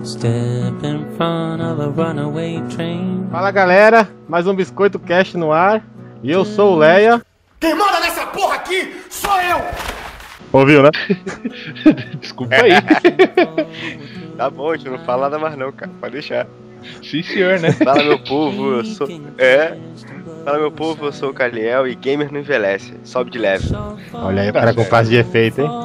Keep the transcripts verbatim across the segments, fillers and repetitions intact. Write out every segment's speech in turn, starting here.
Step in front of a runaway train. Fala galera, mais um Biscoito Cast no ar. E eu sou o Leia. Quem manda nessa porra aqui sou eu! Ouviu, né? Desculpa aí. Tá bom, a gente não fala nada mais não, cara. Pode deixar. Sim, senhor, né? Fala, meu povo, eu sou... É... Fala, meu povo, eu sou o Caliel e gamer não envelhece. Sobe de leve. Olha aí o cara com frase de efeito, hein?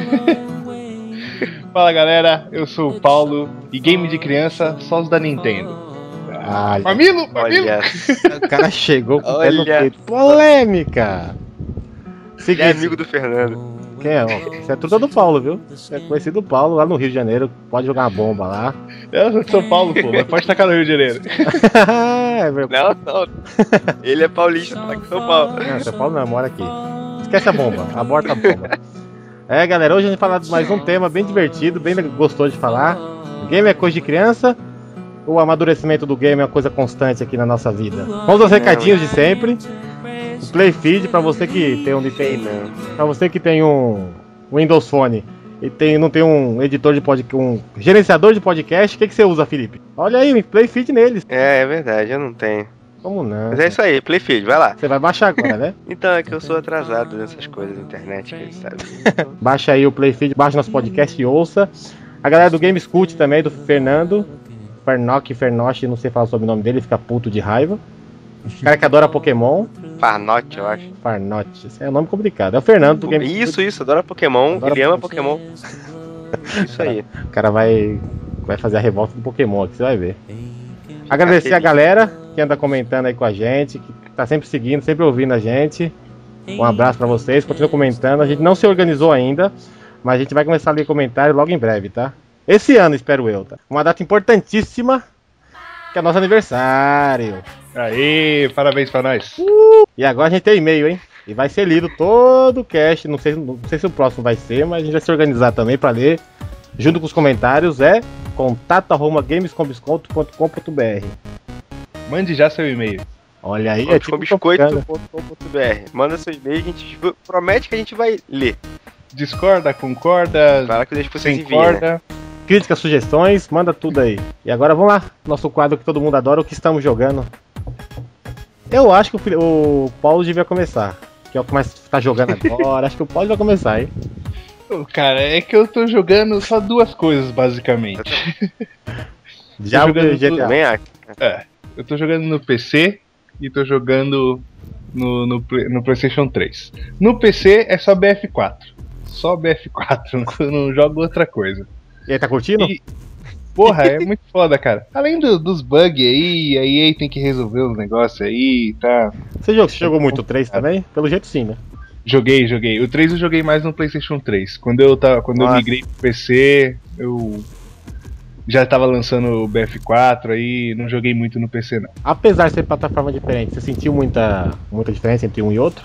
Fala, galera. Eu sou o Paulo e game de criança só os da Nintendo. Ah, Mamilo, mamilo. Olha, o cara chegou com o pé no Olha. peito. Polêmica! ele Seguinte, é amigo do Fernando. quem é? Isso é truta do Paulo, viu? É conhecido do Paulo lá no Rio de Janeiro. Pode jogar uma bomba lá. Eu sou de São Paulo, pô. Mas pode tacar no Rio de Janeiro. É verdade. Não, não. Ele é paulista, tá aqui em São Paulo. Não, São Paulo não, mora aqui. Esquece a bomba, aborta a bomba. É, galera, hoje a gente vai falar de mais um tema bem divertido, bem gostoso de falar. Game é coisa de criança, o amadurecimento do game é uma coisa constante aqui na nossa vida. Vamos aos recadinhos de sempre. O Play Feed, pra você que tem um Sei não. pra você que tem um Windows Phone e tem, não tem um editor de podcast, um gerenciador de podcast, o que, que você usa, Felipe? Olha aí, o Play Feed neles. É, é verdade, eu não tenho. Como não? Mas é isso aí, Playfield, vai lá. Você vai baixar agora, né? Então, é que eu sou atrasado nessas coisas da internet, que eles sabem. Baixa aí o Playfeed, baixa nosso podcast e ouça. A galera do Game Scoot também, do Fernando. Fernock, Fernoche, não sei falar sobre o nome dele, fica puto de raiva. O cara que adora Pokémon. Farnote, eu acho. Farnote, esse é um nome complicado. É o Fernando do Game Isso, isso, adora Pokémon, Adora ele ama Pokémon. Pokémon. Isso aí. O cara vai, vai fazer a revolta do Pokémon aqui, você vai ver. Agradecer a galera que anda comentando aí com a gente, que tá sempre seguindo, sempre ouvindo a gente. Um abraço pra vocês, continua comentando. A gente não se organizou ainda, mas a gente vai começar a ler comentário logo em breve, tá? Esse ano, espero eu, tá? Uma data importantíssima, que é nosso aniversário. Aê, parabéns pra nós. E agora a gente tem e-mail, hein? E vai ser lido todo o cast. Não sei, não sei se o próximo vai ser, mas a gente vai se organizar também pra ler. Junto com os comentários é contato arroba gamescombisconto ponto com ponto br. Mande já seu e-mail. Olha aí, é tipo propaganda. biscoito ponto com ponto br. Manda seu e-mail, a gente promete que a gente vai ler. Discorda, concorda, Fala que eu deixo pra vocês sem enviarem, né? corda. Críticas, sugestões, manda tudo aí. E agora vamos lá, nosso quadro que todo mundo adora, o que estamos jogando. Eu acho que o, Fili- o Paulo devia começar, que é o que mais tá jogando agora. Acho que o Paulo vai começar, hein? Ô, cara, é que eu tô jogando só duas coisas, basicamente. Diablo jogando e G T A. Também acho. É, eu tô jogando no P C e tô jogando no, no, Play- no PlayStation três. No P C é só B F quatro. Só B F quatro, não, não jogo outra coisa. E aí, tá curtindo? E, porra, é muito foda, cara. Além do- dos bugs aí, a E A tem que resolver os negócios aí, tá? Você jogou, você jogou muito o três também? Pelo jeito sim, né? Joguei, joguei. O três eu joguei mais no PlayStation três. Quando eu, tava, quando eu Nossa. migrei pro P C, eu já tava lançando o B F quatro aí, não joguei muito no P C não. Apesar de ser plataforma diferente, você sentiu muita, muita diferença entre um e outro?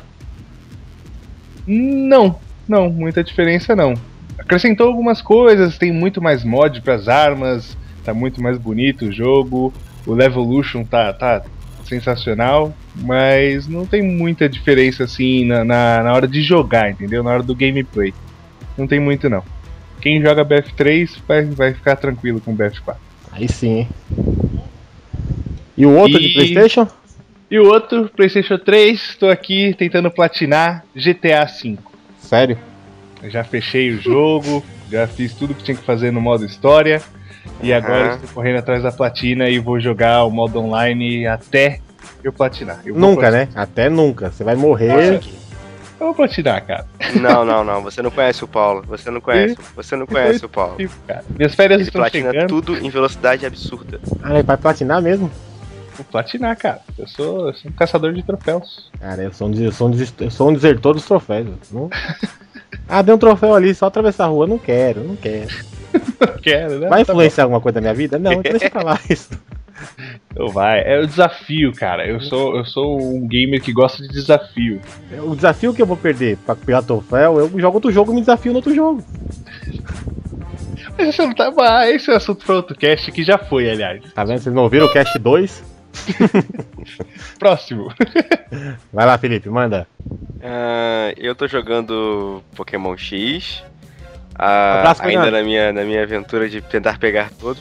Não, não, muita diferença não. Acrescentou algumas coisas, tem muito mais mod pras armas, tá muito mais bonito o jogo, o Levolution tá, tá sensacional, mas não tem muita diferença assim na, na, na hora de jogar, entendeu? Na hora do gameplay. Não tem muito não. Quem joga B F três vai, vai ficar tranquilo com o B F quatro. Aí sim, hein? E o outro E- de PlayStation? E o outro, PlayStation três, tô aqui tentando platinar G T A cinco. Sério? Eu já fechei o jogo, já fiz tudo que tinha que fazer no modo história. E agora Aham. eu estou correndo atrás da platina e vou jogar o modo online até eu platinar. Eu vou Nunca, platinar. né? Até nunca. Você vai morrer. Eu vou platinar, cara. Não, não, não. Você não conhece o Paulo. Você não conhece. Você não conhece o Paulo. Tipo, cara. Minhas férias Ele estão platina chegando. tudo em velocidade absurda. Ah, ele vai platinar mesmo? Vou platinar, cara. Eu sou, eu sou um caçador de troféus. Cara, eu sou um, des- eu sou um, des- eu sou um desertor dos troféus. Não... Ah, deu um troféu ali, só atravessar a rua. Não quero, não quero. Não quero, né? Vai Tá influenciar alguma coisa na minha vida? Não, então deixa eu falar isso. bom. Então vai. É o desafio, cara. Eu sou, eu sou um gamer que gosta de desafio. O desafio que eu vou perder pra pegar troféu, eu jogo outro jogo e me desafio no outro jogo. Mas você não tá. Ah, esse é o assunto para outro cast que já foi, aliás. Tá vendo? Vocês não ouviram o Cast dois? Próximo. Vai lá, Felipe, manda. Ah, eu tô jogando Pokémon X. Ah, Abraço, ainda Fernando. na minha, na minha aventura de tentar pegar todos.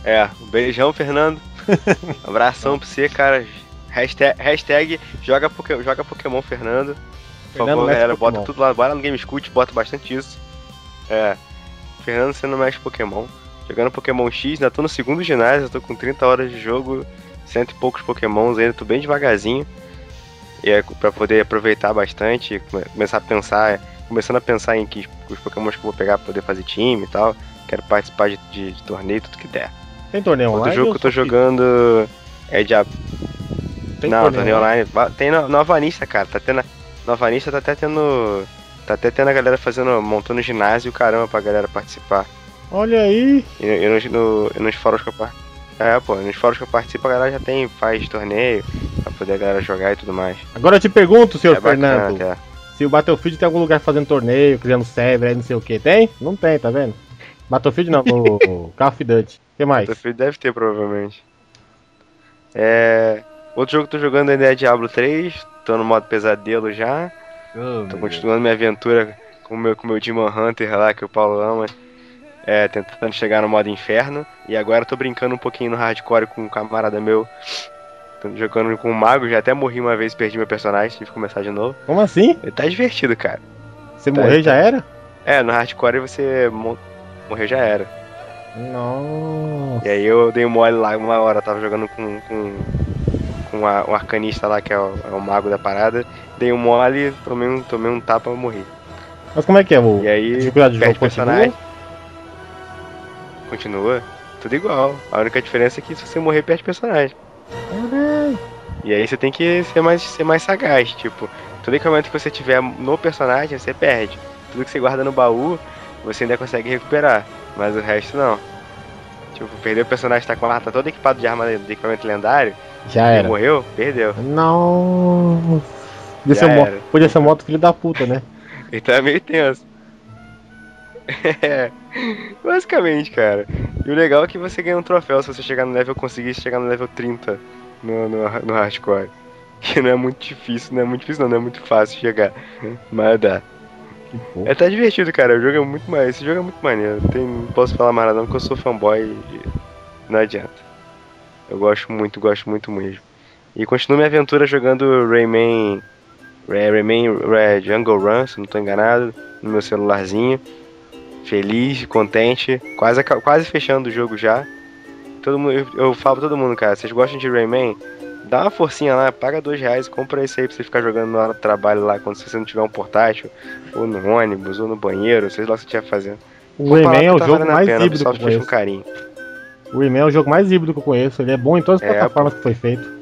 É, um beijão, Fernando. Abração pra você, cara. Hashtag, hashtag joga, Poké- joga Pokémon Fernando. Por Fernando favor, mexe galera, Pokémon. bota tudo lá, bora no GameScoot, bota bastante isso. É, Fernando, você não mexe Pokémon. Jogando Pokémon X, ainda tô no segundo ginásio, tô com trinta horas de jogo, cento e poucos Pokémons ainda, tô bem devagarzinho. E é pra poder aproveitar bastante, come- começar a pensar, começando a pensar em que os Pokémons que eu vou pegar pra poder fazer time e tal. Quero participar de, de, de torneio, tudo que der. Tem torneio online? Outro jogo ou que eu tô só jogando é de... Tem não, torneio torneio online. Va- Tem no, no Avanista, cara. Tá tendo. No Avanista tá até tendo. Tá até tendo a galera fazendo. Montando ginásio e caramba pra galera participar. Olha aí. E, e nos, no, e nos fóruns que eu participo. É, pô, nos fóruns que eu participo a galera já tem. Faz torneio pra poder a galera jogar e tudo mais. Agora eu te pergunto, senhor É bacana Fernando. até. Se o Battlefield tem algum lugar fazendo torneio, criando server aí, não sei o que. Tem? Não tem, tá vendo? Battlefield não, o Call of Duty. O que mais? Battlefield deve ter, provavelmente. É. Outro jogo que eu tô jogando ainda é Diablo três. Tô no modo pesadelo já. Oh, Tô meu continuando minha aventura com o meu, com o meu Demon Hunter lá, que o Paulo ama. É, tentando chegar no modo inferno. E agora eu tô brincando um pouquinho no hardcore com um camarada meu. Tô jogando com um mago, já até morri uma vez, perdi meu personagem, tive que começar de novo. Como assim? Ele tá divertido, cara. Você Tá, morrer tá. já era? É, no hardcore você mo- morreu já era. Nossa. E aí eu dei um mole lá uma hora, eu tava jogando com, com, com a- um arcanista lá, que é o, é o mago da parada. Dei um mole, tomei um, tomei um tapa e morri. Mas como é que é? O... E aí, a dificuldade do perde jogo continua? personagem. Continua, tudo igual. A única diferença é que se você morrer, perde personagem. Caralho. E aí você tem que ser mais, ser mais sagaz, tipo, todo equipamento que você tiver no personagem, você perde. Tudo que você guarda no baú, você ainda consegue recuperar, mas o resto não. Tipo, perdeu o personagem, tá com a tá todo equipado de arma de equipamento lendário, Já e era. morreu, perdeu. Nossa. Podia Já ser, mo... era. Podia ser moto filho da puta, né? Então é meio tenso. É, basicamente, cara. E o legal é que você ganha um troféu se você chegar no level, conseguir chegar no level trinta no, no, no hardcore. Que não é muito difícil, não é muito difícil não, não é muito fácil chegar. Mas dá. Que porra. É, tá divertido, cara. O jogo é muito mais. Esse jogo é muito maneiro. Não, tem, não posso falar mais nada não, porque eu sou fanboy e não adianta. Eu gosto muito, gosto muito mesmo. E continuo minha aventura jogando Rayman. Ray- Rayman Ray Jungle Run, se não tô enganado, no meu celularzinho. Feliz, contente, quase, aca- quase fechando o jogo já. Todo mundo, eu, eu falo pra todo mundo, cara, vocês gostam de Rayman? Dá uma forcinha lá, paga dois reais e compra esse aí pra você ficar jogando na hora do trabalho lá, quando você não tiver um portátil, ou no ônibus, ou no banheiro, sei lá o que você estiver fazendo. O Rayman é o Tá jogo valendo a mais pena, híbrido que eu pessoal fez com conheço. carinho. O Rayman é o jogo mais híbrido que eu conheço. Ele é bom em todas as É, plataformas que foi feito.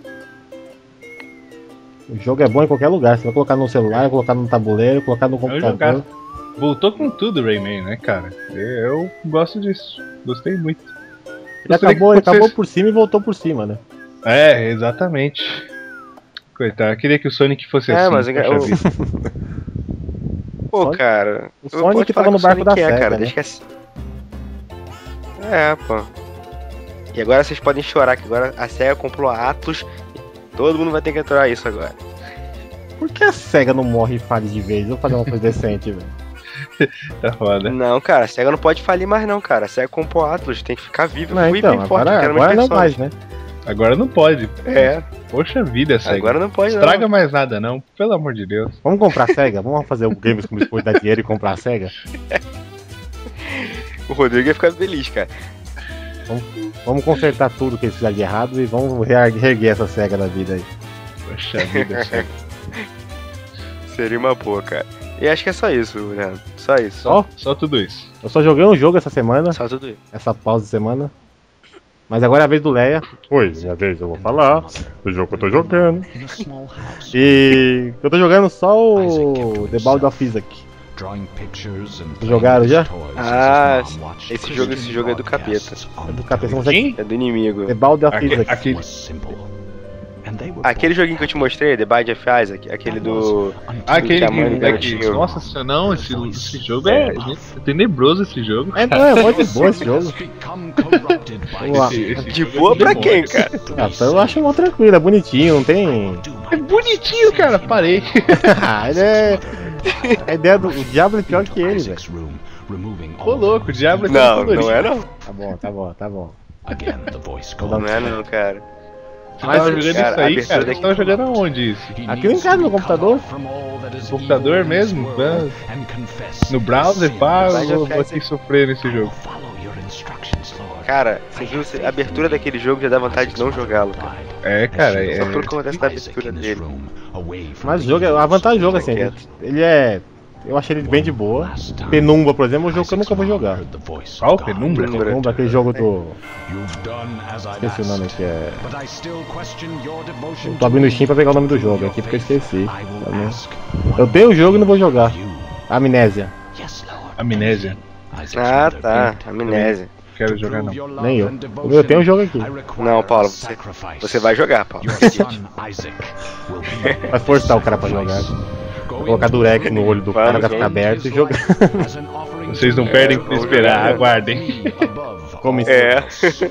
O jogo é bom em qualquer lugar. Você vai colocar no celular, colocar no tabuleiro, colocar no computador. jogar. Voltou com tudo o Rayman, né, cara? Eu gosto disso. Gostei muito. Ele Gostaria acabou, que ele acabou vocês- por cima e voltou por cima, né? É, exatamente. Coitado, eu queria que o Sonic fosse É, assim. mas poxa o- vida. Pô, Sonic- cara. o eu Sonic vou te tava falar no que o barco da Sonic é, Sega, cara, né? deixa que é. É, pô. E agora vocês podem chorar que agora a SEGA comprou a Atlus e todo mundo vai ter que aturar isso agora. Por que a SEGA não morre e fale de vez? Vou fazer uma coisa decente, velho. Tá foda. Não, cara, a SEGA não pode falir mais não, cara. A SEGA comprou a Atlus, tem que ficar vivo Não, e então, bem forte, agora, quero mais agora não pessoas. mais, né? Agora não pode. É, Poxa vida, Sega. agora não pode não. Estraga mais nada, não. Pelo amor de Deus. Vamos comprar a SEGA? Vamos fazer o Games com Biscoito dar dinheiro e comprar a SEGA? O Rodrigo ia ficar feliz, cara. Vamos consertar tudo que eles fizeram de errado e vamos reer- reerguer essa SEGA da vida aí. Poxa vida, Sega. Seria uma boa, cara. E acho que é só isso, né? Só isso. Só? Só tudo isso. Eu só joguei um jogo essa semana, Só tudo isso. essa pausa de semana. Mas agora é a vez do Leia. Oi, minha vez, eu vou falar do jogo que eu tô jogando. E eu tô jogando só o The Bald of Isaac. Jogaram já? Ah, esse jogo, esse jogo é do capeta. É do capeta, você consegue... Quem? É do inimigo. The Bald of Aquele- Isaac. aquele- Aquele joguinho que eu te mostrei, The Binding of Isaac, aquele do... Ah, aquele a mãe do que. é garotinho. que nossa senhora, não, esse, esse jogo é, é tenebroso esse jogo. É, não, é muito bom esse jogo. Uau. Esse, esse De jogo boa é pra bom. quem, cara? Ah, então eu acho mó tranquilo, é bonitinho, não tem. É bonitinho, cara, parei. Ah, ele é. A ideia do. O diabo é pior que ele, velho. Ô louco, o Diablo é todo Não, colorido. não é não. Tá bom, tá bom, tá bom. Não é não, cara. Você Mas, tava jogando cara, isso a aí, abertura cara? Você daqui- tava jogando aonde isso? Aqui em casa, no computador. No computador mesmo? Ah, no browser, pá, Vai eu vou, jogar vou esse- ter que sofrer nesse jogo. Cara, você viu a abertura daquele jogo já dá vontade de não jogá-lo, cara. É, cara, é... Só por conta dessa abertura dele. Mas o jogo, é- a vantagem do jogo, assim, ele, ele é. Eu achei ele bem de boa. Penumbra, por exemplo, é um jogo que eu nunca vou jogar. Qual? Penumbra? Penumbra, aquele jogo do. Esqueci o nome aqui, é. Eu tô abrindo o Steam pra pegar o nome do jogo aqui porque eu esqueci. Tá vendo? Eu tenho o jogo e não vou jogar. Amnésia. Amnésia. Ah, tá. Amnésia. Quero jogar não. Nem eu. Eu tenho o jogo aqui. Não, Paulo, você, você vai jogar, Paulo. Vai forçar o cara pra jogar. Vou colocar durex no olho do cara, vai ficar aberto e jogar. Vocês não perdem por vamos esperar, jogar. aguardem. Como isso? É.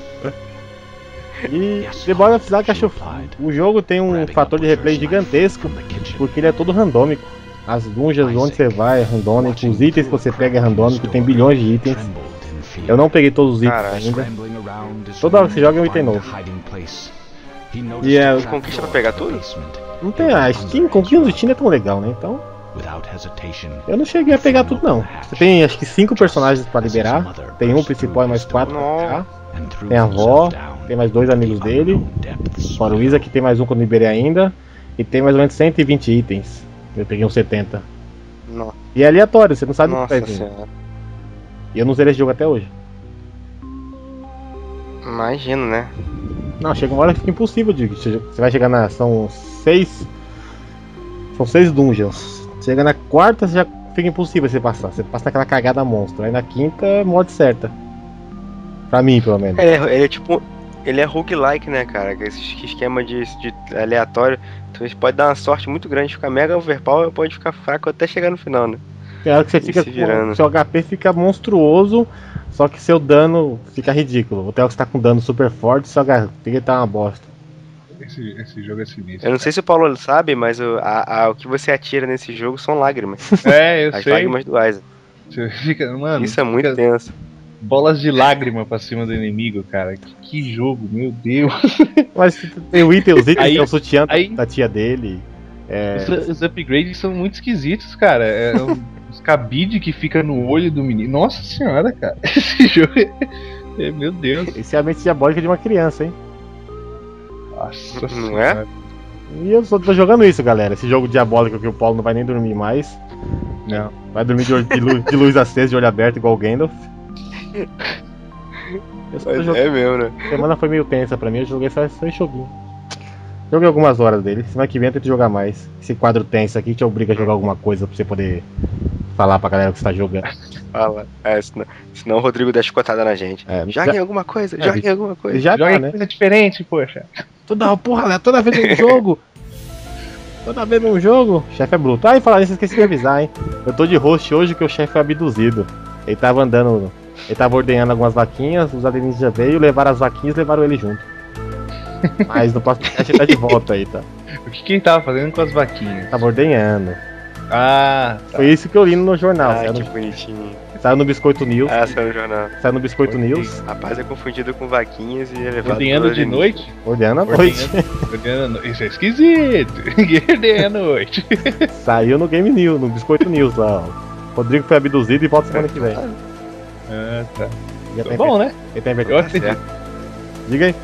E The Boy of Isaac, acho o jogo tem um fator de replay gigantesco, porque ele é todo randômico. As dungeons onde você vai é randômico, os itens que você pega é randômico, tem bilhões de itens. Eu não peguei todos os itens Caraca. ainda. Toda hora que você joga é um item novo. E é, Conquista pra pegar tudo? não tem a Steam, conquista do Steam não é tão legal, né? Então, eu não cheguei a pegar tudo não. Você tem acho que cinco personagens pra liberar, tem um principal e mais quatro pra pegar. Tem a avó, tem mais dois amigos dele, fora o Isaac, tem mais um que eu não liberei ainda, e tem mais ou menos cento e vinte itens. Eu peguei uns setenta. No- E é aleatório, você não sabe o que Nossa vai vir. senhora. E eu não zerei esse jogo até hoje. Imagino, né? Não, chega uma hora que fica impossível de. Você vai chegar na. São seis. São seis dungeons. Chega na quarta, já fica impossível você passar. Você passa naquela cagada monstro. Aí na quinta, morte certa. Pra mim, pelo menos. Ele é, ele é tipo. Ele é roguelike, né, cara? Esse esquema de, de aleatório. Então você pode dar uma sorte muito grande, ficar mega overpower ou pode ficar fraco até chegar no final, né? Tem hora que você E fica se com. virando. Seu H P fica monstruoso, só que seu dano fica ridículo. Tem hora que você tá com dano super forte, seu H P tá uma bosta. Esse, esse jogo é sinistro. Eu não sei se o Paulo sabe, mas o, a, a- o que você atira nesse jogo são lágrimas. É, eu As sei. lágrimas do Isaac. Você fica, mano, Isso é muito fica tenso. bolas de lágrima pra cima do inimigo, cara. Que, que jogo, meu Deus. Mas tem o item, os itens, Aí- tem o sutiã aí- da tia dele. É, Os, os upgrades são muito esquisitos, cara. É, um- os cabide que fica no olho do menino. Nossa senhora, cara. Esse jogo é... é- meu Deus. esse é a mente diabólica de uma criança, hein? Nossa Não senhora. E eu só tô jogando isso, galera. Esse jogo diabólico que o Paulo não vai nem dormir mais. Não. Vai dormir de, olho- de luz, de luz acesa, de olho aberto, igual o Gandalf. Eu só tô Mas jogando. é mesmo, né? A semana foi meio tensa pra mim, eu joguei só, só em joguinho. Joguei algumas horas dele. Semana que vem eu tento jogar mais. Esse quadro tenso aqui te obriga a jogar alguma coisa pra você poder falar pra galera que você tá jogando. Fala. É, senão, senão o Rodrigo dá chicotada na gente. É, Joguem já- alguma coisa, É, joguem bicho. alguma coisa. Já Joga tá, em né? coisa diferente, poxa. Toda, porra, né? Toda vez um jogo. Toda vez um jogo. O chefe é bruto. Ah, e falar nisso, esqueci de avisar, hein? Eu tô de host hoje que o chefe foi abduzido. Ele tava andando. Ele tava ordenhando algumas vaquinhas, os alienígenas já veio, levaram as vaquinhas e levaram ele junto. Mas no próximo teste ele tá de volta aí, tá? O que, que ele tava fazendo com as vaquinhas? Tava ordenhando. Ah, tá. Foi isso que eu li no jornal. Ah, Saiu que no, bonitinho. saiu no Biscoito News. Ah, saiu no jornal. Saiu no Biscoito News. Rapaz é confundido com vaquinhas e é levado Ordenhando pelo de alienígena. noite? Ordenhando à noite. Ordenhando, ordenando à noite. Isso é esquisito. Ninguém ordenha à noite. Saiu no Game News, no Biscoito News lá, ó. Rodrigo foi abduzido e volta semana que vem. Ah, tá. Já tá Bom, inver- né? Ele tá Eu invertido. acredito. Diga aí.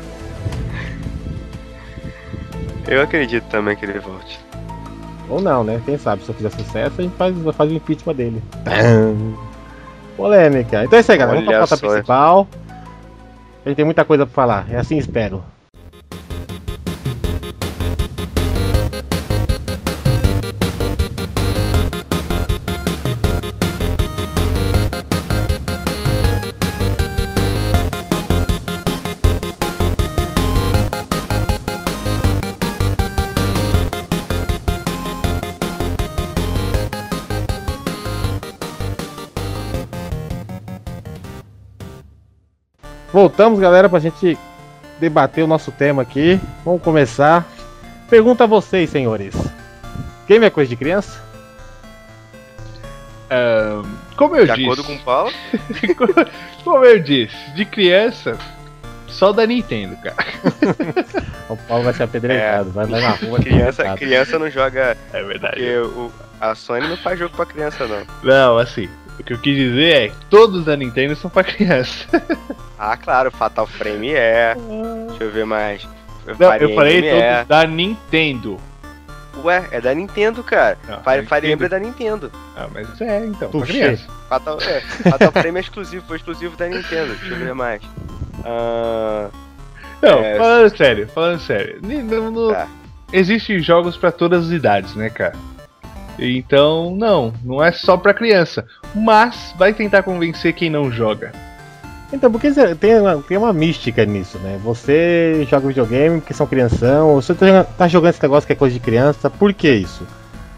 Eu acredito também que ele volte. Ou não, né? Quem sabe, se eu fizer sucesso, a gente faz, faz o impeachment dele. Tã. Polêmica. Então é isso aí, galera. Vamos pra Olha pauta só. principal. A gente tem muita coisa pra falar. É assim, espero. Voltamos, galera, pra gente debater o nosso tema aqui. Vamos começar. Pergunta a vocês, senhores. Game é coisa de criança? Como eu De disse. acordo com o Paulo, Como eu disse, de criança, só da Nintendo, cara. O Paulo vai ser apedrejado, É. vai, vai na rua. Criança, apedrejado. criança não joga. É verdade. Porque o, a Sony não faz jogo pra criança, não. Não, assim, o que eu quis dizer é que todos da Nintendo são pra criança. Ah, claro, Fatal Frame é. Deixa eu ver mais. Não, Fire eu falei Emblem todos é. da Nintendo. Ué, é da Nintendo, cara. Não, Fire, da Fire Emblem é da Nintendo. Ah, mas é, então, pra Tuxê. criança. Fatal, é, Fatal Frame é exclusivo, foi exclusivo da Nintendo. Deixa eu ver mais. Ah, Não, É, falando sério, falando sério. ni- no- no- tá. Existem jogos pra todas as idades, né, cara? Então, não, não é só pra criança. Mas vai tentar convencer quem não joga. Então, porque cê- tem uma, tem uma mística nisso, né? Você joga videogame porque são crianção, você tá jogando, tá jogando esse negócio que é coisa de criança, por que isso?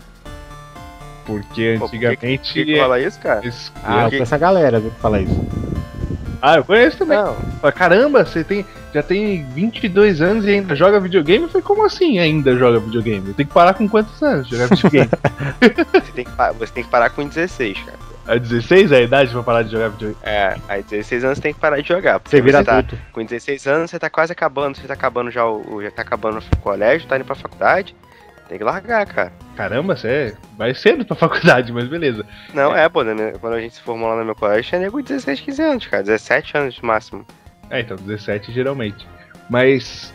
Porque Pô, por que- antigamente. que, que fala isso, cara? eles- Ah, eu que- conheço a galera, viu, que fala isso. Ah, eu conheço também. Não, Fala, caramba, você tem, já tem vinte e dois anos e ainda joga videogame? Eu falei, como assim ainda joga videogame? Eu tenho que parar com quantos anos de jogar videogame? você tem, que, pa- você tem que parar com dezesseis, cara. A dezesseis é a idade pra parar de jogar videogame? É, aí dezesseis anos você tem que parar de jogar. Porque Você vira tá, adulto. com dezesseis anos você tá quase acabando, você tá acabando já o. o- já tá acabando o colégio, tá indo pra faculdade. Tem que largar, cara. Caramba, você é- vai cedo pra faculdade, mas beleza. Não, é, pô, né, quando a gente se formou lá no meu colégio, tinha nego de dezesseis, quinze anos, cara. dezessete anos no máximo. É, então, dezessete geralmente. Mas.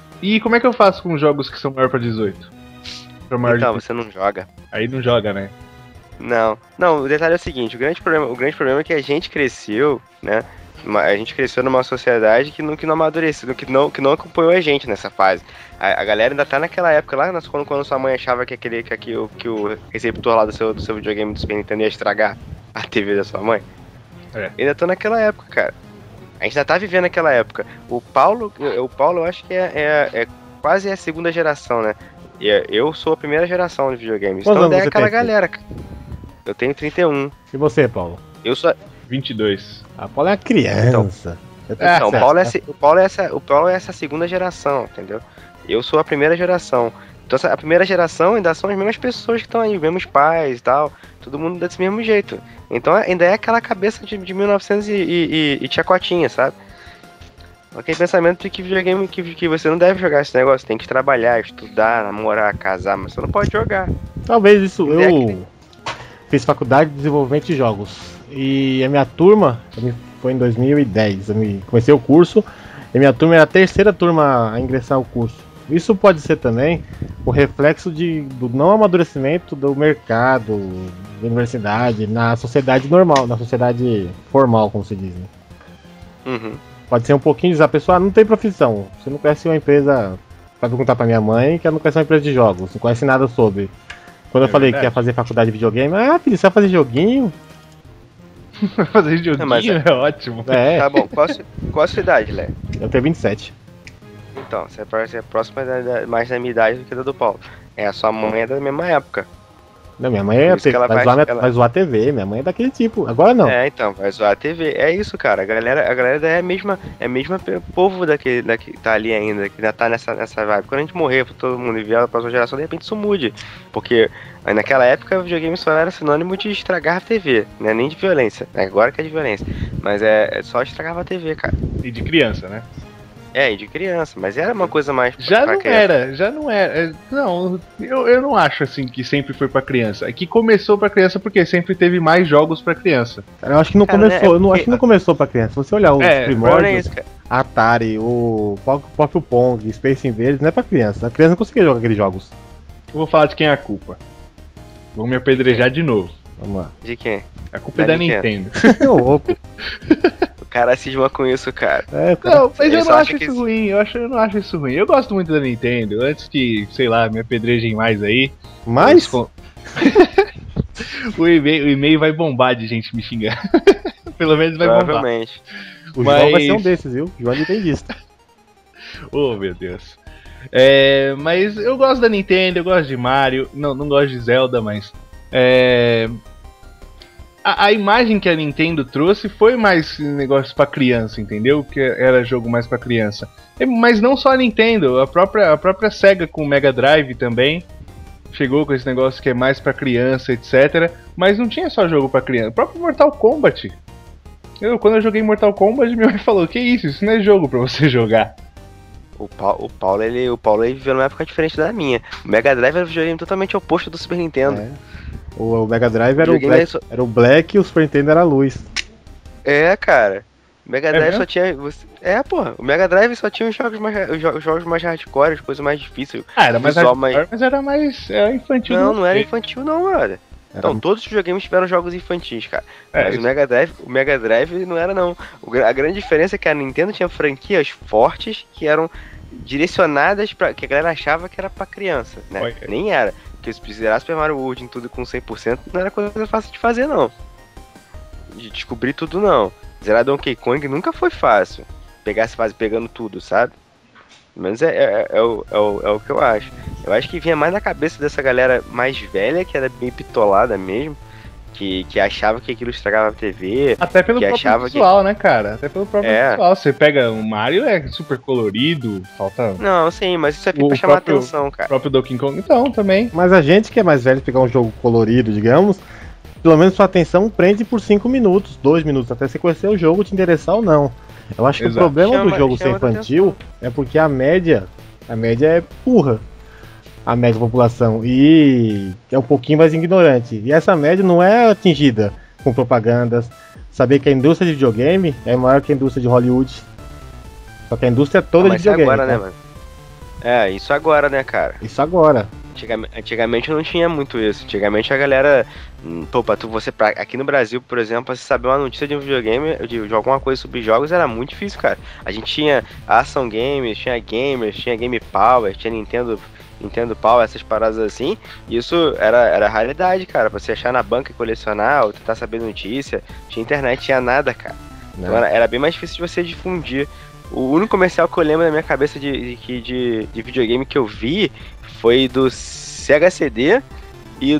E como é que eu faço com jogos que são maior pra dezoito? Pra maior Então, de... você não joga. Aí não joga, né? Não. Não, o detalhe é o seguinte, o grande problema, o grande problema é que a gente cresceu, né? uma- A gente cresceu numa sociedade que não, que não amadureceu, que não, que não acompanhou a gente nessa fase. A, a galera ainda tá naquela época lá, nas- quando, quando sua mãe achava que aquele que, aqui, o- que o receptor lá do seu, do seu videogame do Super Nintendo ia estragar a T V da sua mãe. É. Ainda tô naquela época, cara. A gente ainda tá vivendo aquela época. O Paulo, o Paulo eu acho que é, é, é quase a segunda geração, né? E é- eu sou a primeira geração de videogames. Quantos Então anos é você aquela tem, filho? galera, cara. Eu tenho trinta e um. E você, Paulo? Eu sou. vinte e dois. A Paulo é uma criança. Eu tô Não, o certo, Paulo, é, né? esse- o, Paulo é essa, o Paulo é essa segunda geração, entendeu? Eu sou a primeira geração. Então essa- a primeira geração ainda são as mesmas pessoas que estão aí, os mesmos pais e tal. Todo mundo desse mesmo jeito. Então ainda é aquela cabeça de, de mil e novecentos e, e, e, e tchacotinha, sabe? Aquele pensamento de que videogame que, que você não deve jogar esse negócio. Tem que trabalhar, estudar, namorar, casar, mas você não pode jogar. Talvez isso. É Eu aquele- fiz faculdade de desenvolvimento de jogos. E a minha turma eu me- foi em dois mil e dez. Eu me, comecei o curso. E minha turma era a terceira turma a ingressar ao curso. Isso pode ser também o reflexo de, do não amadurecimento do mercado, da universidade, na sociedade normal, na sociedade formal, como se diz. Né? Uhum. Pode ser um pouquinho de a pessoa ah, não tem profissão. Você não conhece uma empresa. Vai perguntar pra minha mãe que ela não conhece uma empresa de jogos, não conhece nada sobre. Quando eu É falei verdade. que ia fazer faculdade de videogame, ah, filho, você vai fazer joguinho? Fazer joguinho Não, mas é... ótimo. É, Tá bom, qual a, su- qual a sua idade, Léo? eu tenho vinte e sete. Então, você parece ser próxima da, da- mais da minha idade do que da do Paulo. É, a sua mãe é da mesma época. Não, minha mãe é, Por isso que ela vai, vai- zoar minha- ela- vai zoar a T V, minha mãe é daquele tipo. Agora não. É, então, vai zoar a T V. É isso, cara. A galera, a galera é a mesma, é a mesma pe- povo daquele, daqui, tá ali ainda, que ainda tá nessa, nessa vibe. Quando a gente morrer pra todo mundo e vier a próxima geração, de repente isso mude. Porque aí naquela época o videogame só era sinônimo de estragar a T V, né? Nem de violência. Agora que é de violência. Mas é, é só estragava a T V, cara. E de criança, né? É, e de criança, mas era uma coisa mais pra- Já pra não criança. era, já não era. É, Não, eu, eu não acho assim que sempre foi pra criança. É que começou pra criança porque sempre teve mais jogos pra criança. Eu acho que não Cara, começou, né, é eu não, porque- acho que não começou pra criança. Se você olhar os É, O problema é primórdios, isso, cara. Atari, o Pop- Pop Pong, Space Invaders, não é pra criança. A criança não conseguia jogar aqueles jogos. Eu vou falar de quem é a culpa. Vou me apedrejar de novo. Vamos lá. De quem? A culpa é Da da Nintendo. Ô, louco. O cara cisma com isso, cara. É, cara. Não, mas Ele eu só não acha acho que isso isso- ruim. Eu, acho, eu não acho isso ruim. Eu gosto muito da Nintendo. Antes que, sei lá, me apedrejem mais aí. Mas, Os- o, e-mail, o e-mail vai bombar de gente me xingar. Pelo menos vai bombar. Provavelmente. o mas- João vai ser um desses, viu? O João é nintendista. Oh, meu Deus. É, mas eu gosto da Nintendo, eu gosto de Mario. Não, não gosto de Zelda, mas. É, a, a imagem que a Nintendo trouxe foi mais negócio pra criança, entendeu? Que era jogo mais pra criança. É, mas não só a Nintendo, a própria, a própria Sega com o Mega Drive também chegou com esse negócio que é mais pra criança, etcétera. Mas não tinha só jogo pra criança. O próprio Mortal Kombat Eu, quando eu joguei Mortal Kombat, meu pai falou, que isso, isso não é jogo pra você jogar. O Paulo, o Paulo, ele, o Paulo ele viveu numa época diferente da minha. O Mega Drive era um videogame totalmente oposto do Super Nintendo. É. O, o Mega Drive era o, Videogame Black, só- era o Black e o Super Nintendo era a luz. É, cara. O Mega Drive mesmo? só tinha. você- É, porra. O Mega Drive só tinha os jogos mais, os jo- os jogos mais hardcore, as coisas mais difíceis. Ah, era mais Visual hardcore, mas era mais era infantil. Não, do não era jeito. infantil não, brother. Então, todos os videogames tiveram jogos infantis, cara. É, Mas isso- o Mega Drive, o Mega Drive não era não. O gra- a grande diferença é que a Nintendo tinha franquias fortes que eram direcionadas pra. Que a galera achava que era pra criança, né? Olha. Nem era. Porque se zerar Super Mario World em tudo com cem por cento não era coisa fácil de fazer, não. De descobrir tudo, não. Zerar Donkey Kong nunca foi fácil. Pegar essa fase pegando tudo, sabe? Mas é, é, é, o, é, o, é o que eu acho. Eu acho que vinha mais na cabeça dessa galera mais velha, que era bem pitolada mesmo, que, que achava que aquilo estragava a T V. Até pelo que próprio achava visual, né, cara? Até pelo próprio É. visual. Você pega o Mario, é super colorido, falta Não, sim, mas isso é O pra chamar próprio- atenção, o cara. próprio Donkey Kong. Então, também. Mas a gente que é mais velho pegar um jogo colorido, digamos, pelo menos sua atenção prende por cinco minutos, dois minutos, até você conhecer o jogo, te interessar ou não. Eu acho que Exato. o problema Chama- do jogo ser chama infantil é porque a média, a média é burra. A média da população. E é um pouquinho mais ignorante. E essa média não é atingida com propagandas. Saber que a indústria de videogame é maior que a indústria de Hollywood. Só que a indústria é toda Ah, mas de videogame. isso agora, tá? né, mano? É, isso agora, né, cara? Isso agora. Antigamente, antigamente não tinha muito isso. Antigamente a galera. hum, Pô, pra tu, você. Pra, aqui no Brasil, por exemplo, pra você saber uma notícia de um videogame, de, de alguma coisa sobre jogos, era muito difícil, cara. A gente tinha Ação Games, tinha Gamers, tinha Game Power, tinha Nintendo. Nintendo Power, essas paradas assim. E isso era, era raridade, cara. Pra você achar na banca e colecionar, ou tentar saber notícia. Tinha internet, tinha nada, cara. Então era, era bem mais difícil de você difundir. O único comercial que eu lembro na minha cabeça de, de, de, de videogame que eu vi foi do Sega C D e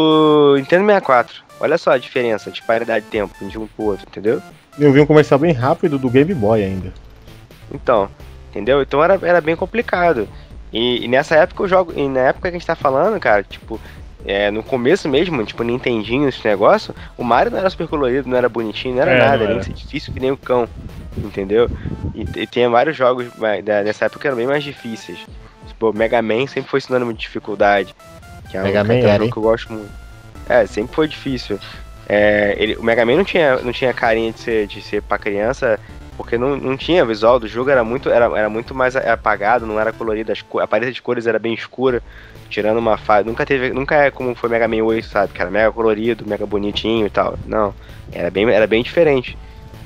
do Nintendo sessenta e quatro. Olha só a diferença, a disparidade de tempo de um pro outro, entendeu? Eu vi um comercial bem rápido do Game Boy ainda. Então, entendeu? Então era, era bem complicado. E, e nessa época eu jogo. E na época que a gente tá falando, cara, tipo, é, no começo mesmo, tipo, Nintendinho, esse negócio, o Mario não era super colorido, não era bonitinho, não era É, nada, não era era. nem difícil que nem o cão. Entendeu? E, e tinha vários jogos mais- da- nessa época que eram bem mais difíceis. Tipo, Mega Man sempre foi sinônimo de dificuldade. Que é um, Mega que Man é um era, jogo hein? que eu gosto muito. É, sempre foi difícil. É, ele- o Mega Man não tinha, não tinha carinha de ser, de ser pra criança, porque não, não tinha o visual do jogo, era muito, era, era muito mais apagado, não era colorido, as co- a paleta de cores era bem escura, tirando uma fase. Nunca teve. Nunca é como foi Mega Man oito, sabe? Que era mega colorido, mega bonitinho e tal. Não. Era bem, era bem diferente.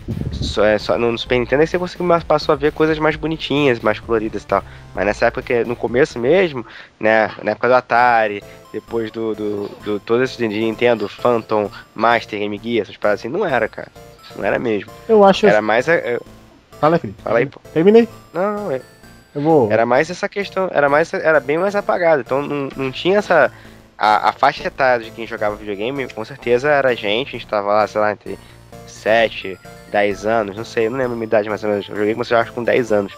Só, é, só no Super Nintendo aí você conseguiu, mais- passou a ver coisas mais bonitinhas, mais coloridas e tal. Mas nessa época, que no começo mesmo, né? Na época do Atari, depois do, do, do todo esse de Nintendo, Phantom, Master, Game Gear, essas paradas assim, não era, cara. Não era mesmo. Eu acho. Era mais. a- é, Fala, Felipe. Fala aí, pô. Terminei. Não, não, é. Eu vou. Era mais essa questão, era mais, era bem mais apagado. Então não, não tinha essa. A, a faixa etária de quem jogava videogame, com certeza era a gente, a gente tava lá, sei lá, entre sete, dez anos, não sei, eu não lembro a minha idade mais ou menos. Eu joguei com acho com dez anos.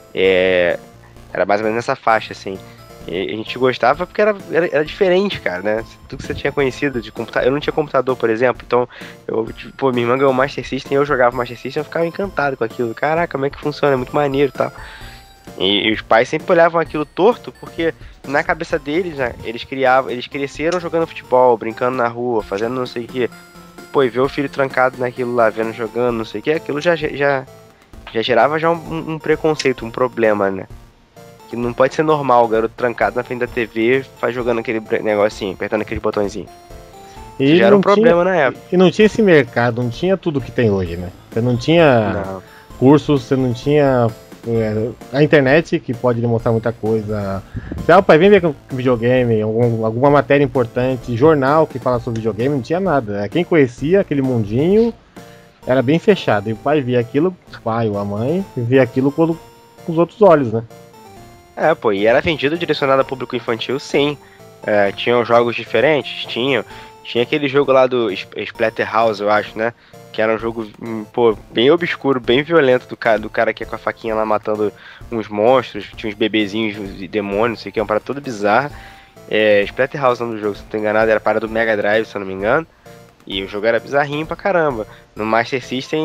É, era mais ou menos nessa faixa, assim. E a gente gostava porque era, era, era diferente, cara, né? Tudo que você tinha conhecido de computador. Eu não tinha computador, por exemplo, então eu, tipo, pô, minha irmã ganhou o Master System, eu jogava Master System, eu ficava encantado com aquilo. Caraca, como é que funciona? É muito maneiro e tal. E, e os pais sempre olhavam aquilo torto, porque na cabeça deles, né, eles criavam, eles cresceram jogando futebol, brincando na rua, fazendo não sei o que. Pô, e ver o filho trancado naquilo lá, vendo jogando, não sei o que, aquilo já, já, já gerava já um, um preconceito, um problema, né? Que não pode ser normal o garoto trancado na frente da T V, faz jogando aquele negocinho, apertando aquele botãozinho. E Já era um não tinha- problema na época. E não tinha esse mercado, não tinha tudo que tem hoje, né? Você não tinha Não. cursos, você não tinha é, a internet que pode demonstrar muita coisa. Se ah, o pai vem ver com videogame, algum- alguma matéria importante, jornal que fala sobre videogame, não tinha nada. Quem conhecia aquele mundinho era bem fechado. E o pai via aquilo, o pai ou a mãe, via aquilo com, com os outros olhos, né? É, pô, e era vendido direcionado a público infantil, sim. É, tinham jogos diferentes? Tinham. Tinha aquele jogo lá do Sp- Splatterhouse, eu acho, né? Que era um jogo, hum, pô, bem obscuro, bem violento do cara, do cara que ia com a faquinha lá matando uns monstros, tinha uns bebezinhos de demônios, não sei o que, uma parada toda bizarra. É, Splatterhouse é o nome do jogo, se não tô enganado, era para do Mega Drive, se eu não me engano. E o jogo era bizarrinho pra caramba. No Master System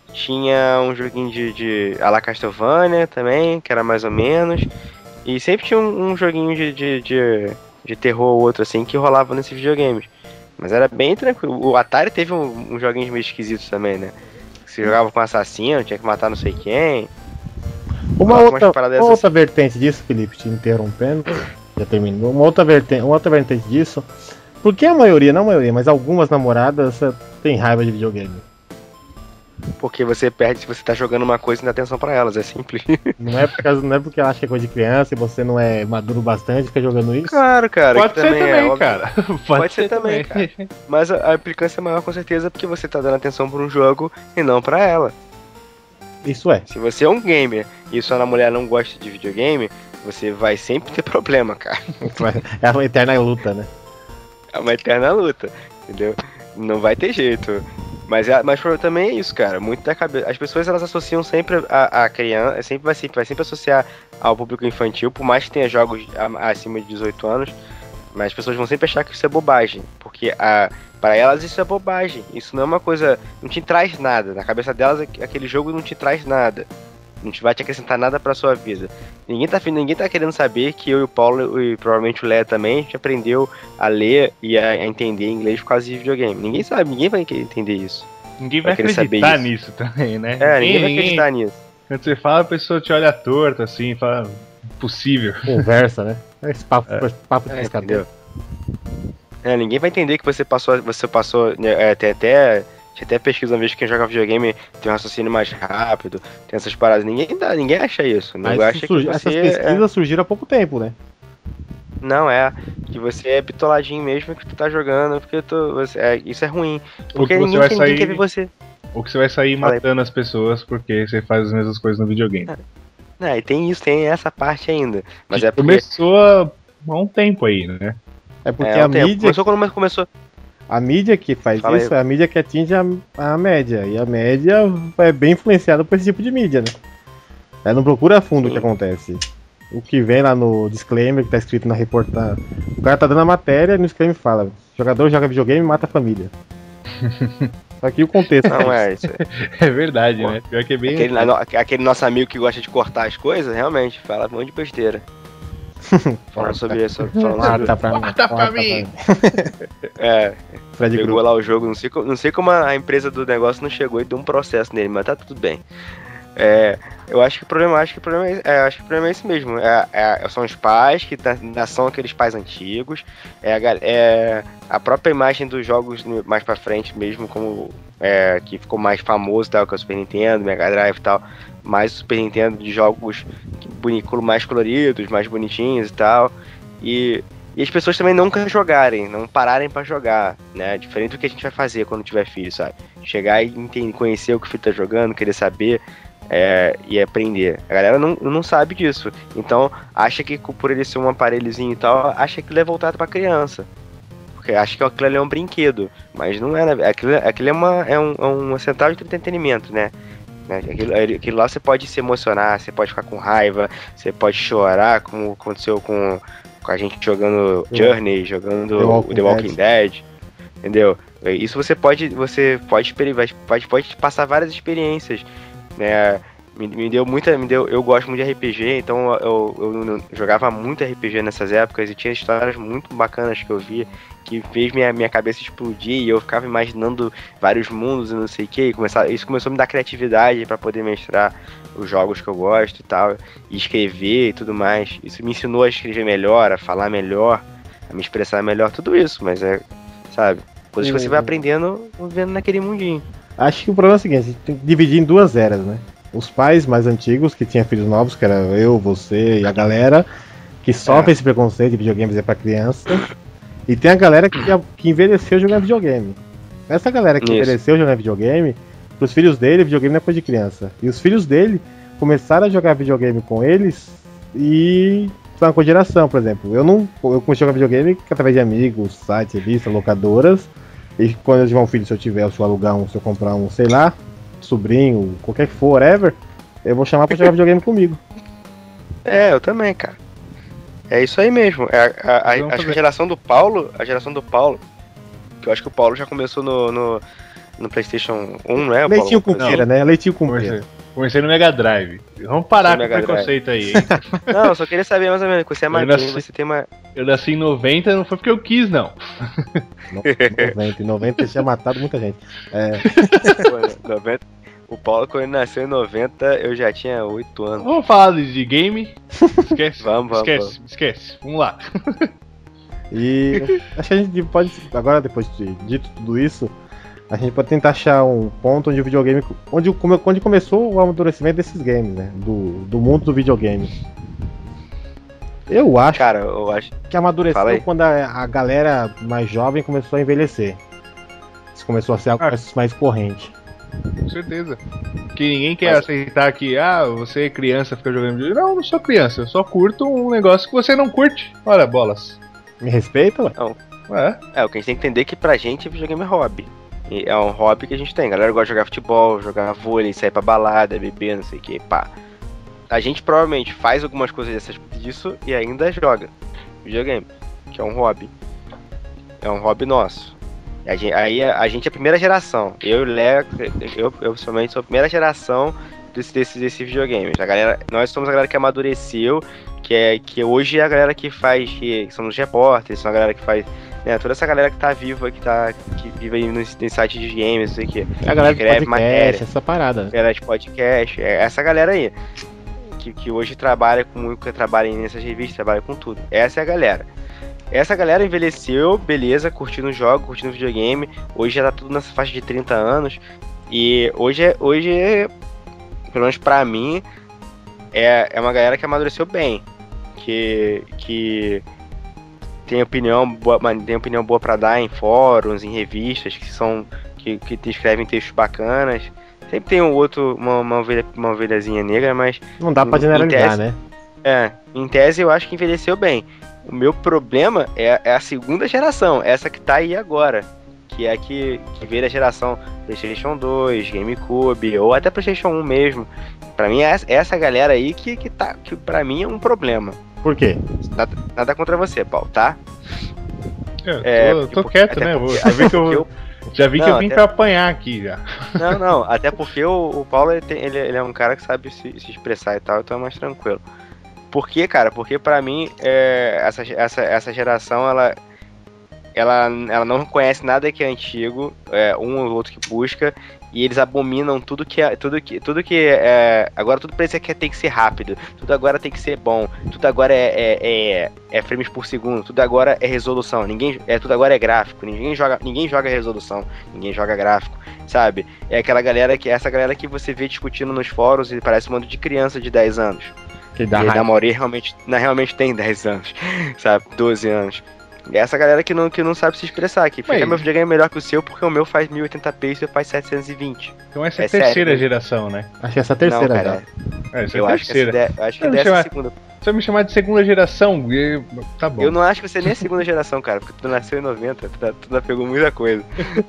tinha um joguinho de, de a la Castlevania também, que era mais ou menos, e sempre tinha um, um joguinho de, de, de, de terror ou outro assim que rolava nesses videogames. Mas era bem tranquilo. O Atari teve um, uns joguinhos meio esquisitos também, né? Você jogava com assassino, tinha que matar não sei quem. Uma outra, uma outra vertente disso, Felipe, te interrompendo, já terminou. Uma outra vertente, uma outra vertente disso, porque a maioria, não a maioria, mas algumas namoradas têm raiva de videogame. Porque você perde se você tá jogando uma coisa e não dá atenção pra elas, é simples. Não é, por causa, não é porque ela acha que é coisa de criança e você não é maduro bastante e fica jogando isso? Claro, cara. Pode ser também, também, é, cara. Pode, Pode ser, ser também, cara. Mas a, a implicância é maior com certeza porque você tá dando atenção pra um jogo e não pra ela. Isso é. Se você é um gamer e sua mulher não gosta de videogame, você vai sempre ter problema, cara. É uma eterna luta, né? É uma eterna luta, entendeu? Não vai ter jeito. Mas, é, mas também é isso, cara. Muito da cabeça. As pessoas elas associam sempre a, a criança, sempre vai, sempre vai sempre associar ao público infantil, por mais que tenha jogos a, acima de dezoito anos, mas as pessoas vão sempre achar que isso é bobagem, porque a, para elas isso é bobagem. Isso não é uma coisa, não te traz nada. Na cabeça delas aquele jogo não te traz nada. Não te vai te acrescentar nada pra sua vida. Ninguém tá, ninguém tá querendo saber que eu e o Paulo, e provavelmente o Léo também, a gente aprendeu a ler e a, a entender inglês por causa de videogame. Ninguém sabe, ninguém vai querer entender isso. Ninguém vai, vai acreditar nisso também, né? É, ninguém, ninguém vai acreditar nisso. Quando você fala, a pessoa te olha torto, assim, fala, impossível. Conversa, né? Esse papo, é. papo de é, pescador. É, ninguém vai entender que você passou, você passou, é, tem até... Tinha até pesquisa uma vez que quem joga videogame tem um raciocínio mais rápido, tem essas paradas. Ninguém, dá, ninguém acha isso. Ninguém acha surgi, que essas pesquisas é... surgiram há pouco tempo, né? Não, é. Que você é bitoladinho mesmo que tu tá jogando, porque tu, você, é, isso é ruim. Porque ninguém, vai sair, ninguém quer ver você. Ou que você vai sair Fala matando aí. as pessoas porque você faz as mesmas coisas no videogame. É, é e tem isso, tem essa parte ainda. Mas que é porque... Começou há um tempo aí, né? É porque é, a tempo. mídia... Começou quando começou... A mídia que faz Fala isso aí. é a mídia que atinge a, a média. E a média é bem influenciada por esse tipo de mídia, né? Ela não procura a fundo Sim. o que acontece. O que vem lá no disclaimer, que tá escrito na reportagem. O cara tá dando a matéria e no disclaimer fala: jogador joga videogame e mata a família. Só que o contexto. Não é isso. É verdade, Pô. né? Pior que é bem. Aquele, aquele nosso amigo que gosta de cortar as coisas, realmente, fala um monte de besteira. Falando sobre isso. Falando Mata sobre... pra mim. Mata pra mim. É. Fred pegou Group. lá o jogo, não sei, não sei como a empresa do negócio não chegou e deu um processo nele, mas tá tudo bem. É, eu acho que o problema, acho que o problema é, é, acho que o problema é esse mesmo. É, é, são os pais que ainda são aqueles pais antigos. É a, é a própria imagem dos jogos mais pra frente mesmo, como é, que ficou mais famoso, tal, que é o Super Nintendo, Mega Drive e tal. Mais o Super Nintendo de jogos mais coloridos, mais bonitinhos e tal. E, e as pessoas também nunca jogarem, não pararem pra jogar, né? Diferente do que a gente vai fazer quando tiver filho, sabe? Chegar e entender, conhecer o que o filho tá jogando, querer saber é, e aprender. A galera não, não sabe disso. Então, acha que por ele ser um aparelhozinho e tal, acha que ele é voltado pra criança. Porque acha que aquilo ali é um brinquedo. Mas não é, né? Aquilo, aquilo é, uma, é, um, é uma central de entretenimento, né? Aquilo, aquilo lá você pode se emocionar, você pode ficar com raiva, você pode chorar, como aconteceu com, com a gente jogando Journey, jogando The Walking, The Walking Dead. Dead, entendeu? Isso você pode, você pode, pode, pode passar várias experiências, né? Me, me deu muita, me deu, eu gosto muito de R P G, então eu, eu, eu jogava muito R P G nessas épocas e tinha histórias muito bacanas que eu via, que fez minha, minha cabeça explodir e eu ficava imaginando vários mundos e não sei o que, e começar, isso começou a me dar criatividade para poder mestrar os jogos que eu gosto e tal, e escrever e tudo mais. Isso me ensinou a escrever melhor, a falar melhor, a me expressar melhor, tudo isso, mas é, sabe, coisas que você vai aprendendo vendo naquele mundinho. Acho que o problema é o seguinte, a gente tem que dividir em duas eras, né? Os pais mais antigos, que tinham filhos novos, que era eu, você e a galera, que sofre é. esse preconceito de videogames é pra criança. E tem a galera que, que envelheceu jogando videogame. Essa galera que Isso. envelheceu jogando videogame, pros filhos dele, videogame não é coisa de criança. E os filhos dele começaram a jogar videogame com eles e foi uma cogeração, por exemplo. Eu não eu comecei a jogar videogame através de amigos, sites, revistas, locadoras. E quando eu tiver um filho, se eu tiver, se eu alugar um, se eu comprar um, sei lá, sobrinho, qualquer que for, whatever, eu vou chamar pra jogar videogame comigo. É, eu também, cara. É isso aí mesmo. É, a, a, a, acho que a geração do Paulo, a geração do Paulo, que eu acho que o Paulo já começou no, no no PlayStation um, não é? Leitinho com Paulo? pera, né? Leitinho com Comecei, pera. comecei no Mega Drive. Vamos parar No com o Mega preconceito aí, hein? Não, eu só queria saber mais ou menos, você é magrinho, nasci- você tem uma... Eu nasci em noventa, não foi porque eu quis, não. noventa, em noventa tinha matado muita gente. É, Pô, noventa... O Paulo, quando ele nasceu em noventa, eu já tinha oito anos. Vamos falar de de game. Esquece, Vamos, vamos, esquece, vamos. esquece. Vamos lá. e acho que a gente pode, agora depois de dito tudo isso, a gente pode tentar achar um ponto onde o videogame, onde, come- onde começou o amadurecimento desses games, né? Do, do mundo do videogame. Eu acho Cara, eu acho... que Fala amadureceu aí. quando a, a galera mais jovem começou a envelhecer. Isso começou a ser algo Ah. mais, mais corrente. Com certeza. Que ninguém quer Mas- aceitar que, ah, você é criança, fica jogando videogame. Não, eu não sou criança, eu só curto um negócio que você não curte. Olha, bolas. Me respeita, ué? É, É, o que a gente tem que entender é que pra gente videogame é hobby. E é um hobby que a gente tem. A galera gosta de jogar futebol, jogar vôlei, sair pra balada, beber, não sei o que, pá. A gente provavelmente faz algumas coisas dessas, disso e ainda joga videogame, que é um hobby. É um hobby nosso. A gente, aí a, a gente é a primeira geração. Eu e o Léo, eu, eu pessoalmente sou a primeira geração desses desse, desse videogames. A galera, nós somos a galera que amadureceu, que, é, que hoje é a galera que faz, que são os repórteres, são a galera que faz, né, toda essa galera que tá viva, que, tá, que vive aí nos, nos sites de games, não sei o que. A galera de escreve podcast, matéria. essa parada. Galera de podcast, é essa galera aí. Que, que hoje trabalha com que trabalha nessas revistas, trabalha com tudo. Essa é a galera. Essa galera envelheceu, beleza, curtindo o jogo, curtindo o videogame. Hoje já tá tudo nessa faixa de trinta anos. E hoje, é- hoje é, pelo menos pra mim, é, é uma galera que amadureceu bem. Que, que tem opinião boa, mas tem opinião boa pra dar em fóruns, em revistas, que são que, que te escrevem textos bacanas. Sempre tem um outro, uma, uma, ovelha, uma ovelhazinha negra, mas Não dá pra Em generalizar, tese- né? é, em tese eu acho que envelheceu bem. O meu problema é, é a segunda geração, essa que tá aí agora. Que é a que, que veio da geração PlayStation dois, GameCube, ou até PlayStation um mesmo. Pra mim é essa, essa galera aí que, que, tá, que pra mim é um problema. Por quê? Nada, nada contra você, Paulo, tá? eu É, tô, porque- tô porque- quieto, até né? porque- já vi que eu, porque eu- já vi que Não, eu vim até- pra apanhar aqui já. Não, não, até porque o, o Paulo ele, tem- ele- ele é um cara que sabe se, se expressar e tal, então é mais tranquilo. Por quê, cara? Porque pra mim, é, essa, essa, essa geração, ela, ela, ela não conhece nada que é antigo, é, um ou outro que busca, e eles abominam tudo que é. Tudo que, tudo que é. Agora tudo parece que tem que ser rápido, tudo agora tem que ser bom, tudo agora é, é, é, é frames por segundo, tudo agora é resolução, ninguém, é, tudo agora é gráfico, ninguém joga, ninguém joga resolução, ninguém joga gráfico, sabe? É aquela galera que. Essa galera que você vê discutindo nos fóruns e parece um monte de criança de dez anos. Que dá E raiva. na maioria realmente, na, realmente tem dez anos, sabe? doze anos. E é essa galera que não, que não sabe se expressar, que fica Mas- meu videogame é melhor que o seu porque o meu faz mil e oitenta p e o seu faz setecentos e vinte. Então essa é a É sério, terceira né? geração, né? Acho que essa é a terceira não, cara, já. É, essa é eu a acho que, essa terceira. ideia, eu acho que Eu dessa chamo- é a segunda. Você vai me chamar de segunda geração? e- Tá bom. Eu não acho que você nem é segunda geração, cara, porque tu nasceu em noventa, tu, tá- tu ainda pegou muita coisa.